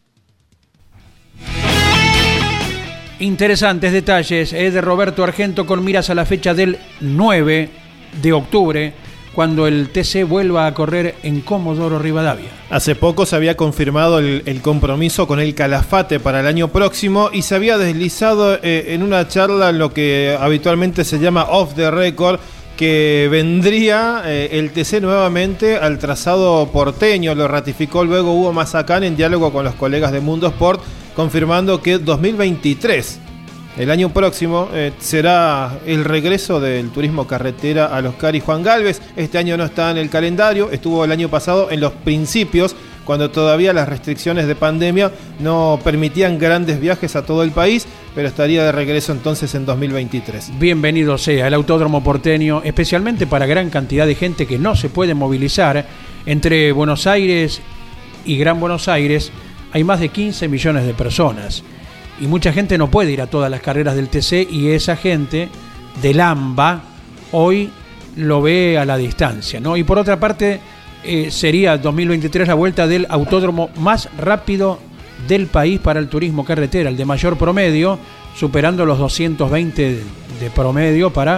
Interesantes detalles eh, de Roberto Argento con miras a la fecha del nueve de octubre, cuando el T C vuelva a correr en Comodoro Rivadavia. Hace poco se había confirmado el, el compromiso con el Calafate para el año próximo y se había deslizado eh, en una charla en lo que habitualmente se llama off the record, que vendría eh, el T C nuevamente al trazado porteño. Lo ratificó luego Hugo Mazacán en diálogo con los colegas de Mundo Sport, confirmando que dos mil veintitrés, el año próximo, eh, será el regreso del turismo carretera a los Cari Juan Galvez. Este año no está en el calendario, estuvo el año pasado en los principios, cuando todavía las restricciones de pandemia no permitían grandes viajes a todo el país, pero estaría de regreso entonces en dos mil veintitrés. Bienvenido sea el Autódromo Porteño, especialmente para gran cantidad de gente que no se puede movilizar. Entre Buenos Aires y Gran Buenos Aires hay más de quince millones de personas. Y mucha gente no puede ir a todas las carreras del T C, y esa gente del AMBA hoy lo ve a la distancia, ¿no? Y por otra parte, eh, sería dos mil veintitrés la vuelta del autódromo más rápido del país para el turismo carretera, el de mayor promedio, superando los doscientos veinte de, de promedio para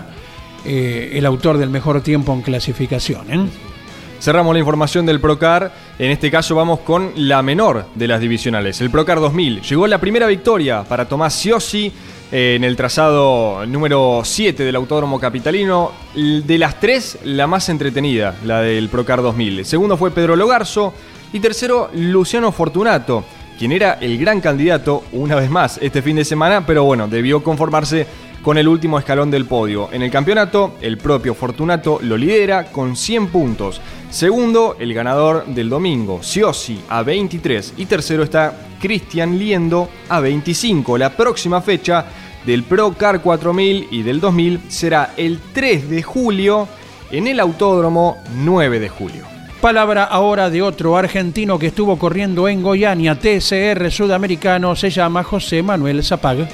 eh, el autor del mejor tiempo en clasificación, ¿eh? Cerramos la información del Procar. En este caso vamos con la menor de las divisionales, el Procar dos mil. Llegó la primera victoria para Tomás Sciossi eh, en el trazado número siete del Autódromo Capitalino. De las tres, la más entretenida, la del Procar dos mil. Segundo fue Pedro Logarzo y tercero Luciano Fortunato, quien era el gran candidato una vez más este fin de semana, pero bueno, debió conformarse con el último escalón del podio. En el campeonato, el propio Fortunato lo lidera con cien puntos. Segundo, el ganador del domingo, Sciossi, a veintitrés. Y tercero está Cristian Liendo, a veinticinco. La próxima fecha del Procar cuatro mil y del dos mil será el tres de julio en el Autódromo nueve de julio. Palabra ahora de otro argentino que estuvo corriendo en Goiânia, T C R sudamericano, se llama José Manuel Zapag.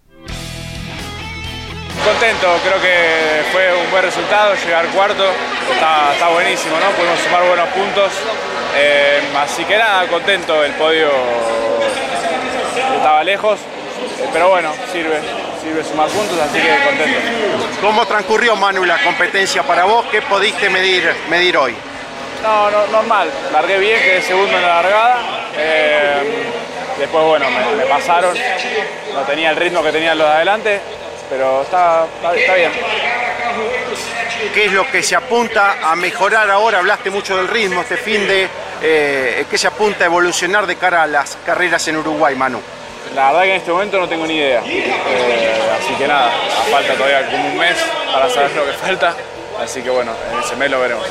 Contento, creo que fue un buen resultado, llegar cuarto, está, está buenísimo, ¿no? Pudimos sumar buenos puntos, eh, así que nada, contento, el podio estaba lejos, eh, pero bueno, sirve, sirve sumar puntos, así que contento. ¿Cómo transcurrió, Manu, la competencia para vos? ¿Qué pudiste medir, medir hoy? No, no, normal, largué bien, quedé segundo en la largada, eh, después bueno, me, me pasaron, no tenía el ritmo que tenían los de adelante, pero está, está, está bien. ¿Qué es lo que se apunta a mejorar ahora? Hablaste mucho del ritmo este fin de... Eh, ¿Qué se apunta a evolucionar de cara a las carreras en Uruguay, Manu? La verdad que en este momento no tengo ni idea. Eh, así que nada, falta todavía como un mes para saber lo que falta. Así que bueno, en ese mes lo veremos.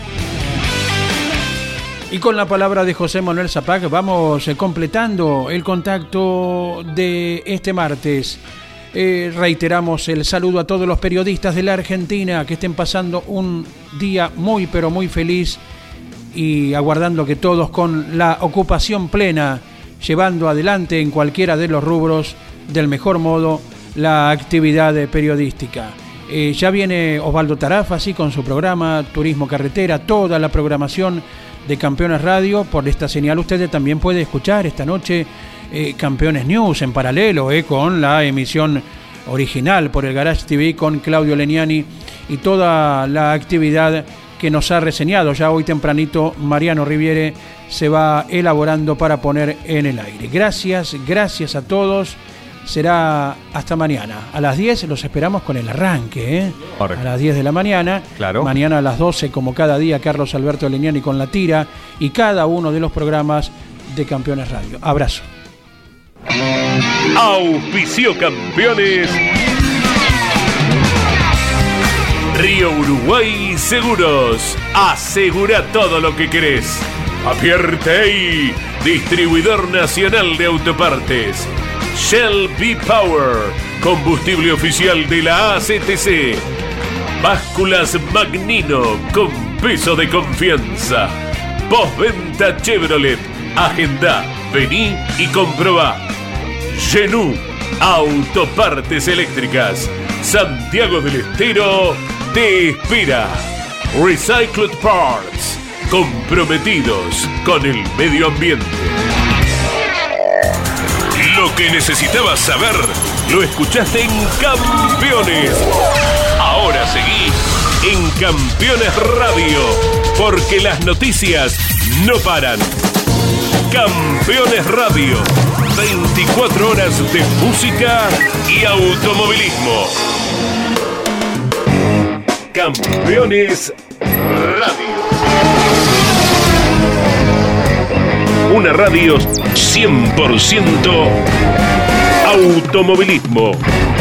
Y con la palabra de José Manuel Zapag vamos eh, completando el contacto de este martes. Eh, reiteramos el saludo a todos los periodistas de la Argentina que estén pasando un día muy pero muy feliz y aguardando que todos con la ocupación plena, llevando adelante en cualquiera de los rubros del mejor modo la actividad periodística. Eh, ya viene Osvaldo Tarafa, así con su programa Turismo Carretera, toda la programación de Campeones Radio. Por esta señal usted también puede escuchar esta noche Eh, Campeones News en paralelo eh, con la emisión original por el Garage T V con Claudio Leniani y toda la actividad que nos ha reseñado ya hoy tempranito Mariano Riviere se va elaborando para poner en el aire. Gracias, gracias a todos. Será hasta mañana. A las diez los esperamos con el arranque, ¿eh? A las diez de la mañana. Claro. Mañana a las doce, como cada día, Carlos Alberto Leniani con la tira y cada uno de los programas de Campeones Radio. Abrazo. Auspicio Campeones. Río Uruguay Seguros. Asegura todo lo que querés. Apierte, distribuidor nacional de autopartes. Shell V-Power, combustible oficial de la A C T C. Básculas Magnino, con peso de confianza. Postventa Chevrolet. Agenda, vení y comprobá. Genú, autopartes eléctricas. Santiago del Estero te espera. Recycled Parts, comprometidos con el medio ambiente. Lo que necesitabas saber lo escuchaste en Campeones. Ahora seguí en Campeones Radio, porque las noticias no paran. Campeones Radio, veinticuatro horas de música y automovilismo. Campeones Radio. Una radio cien por ciento automovilismo.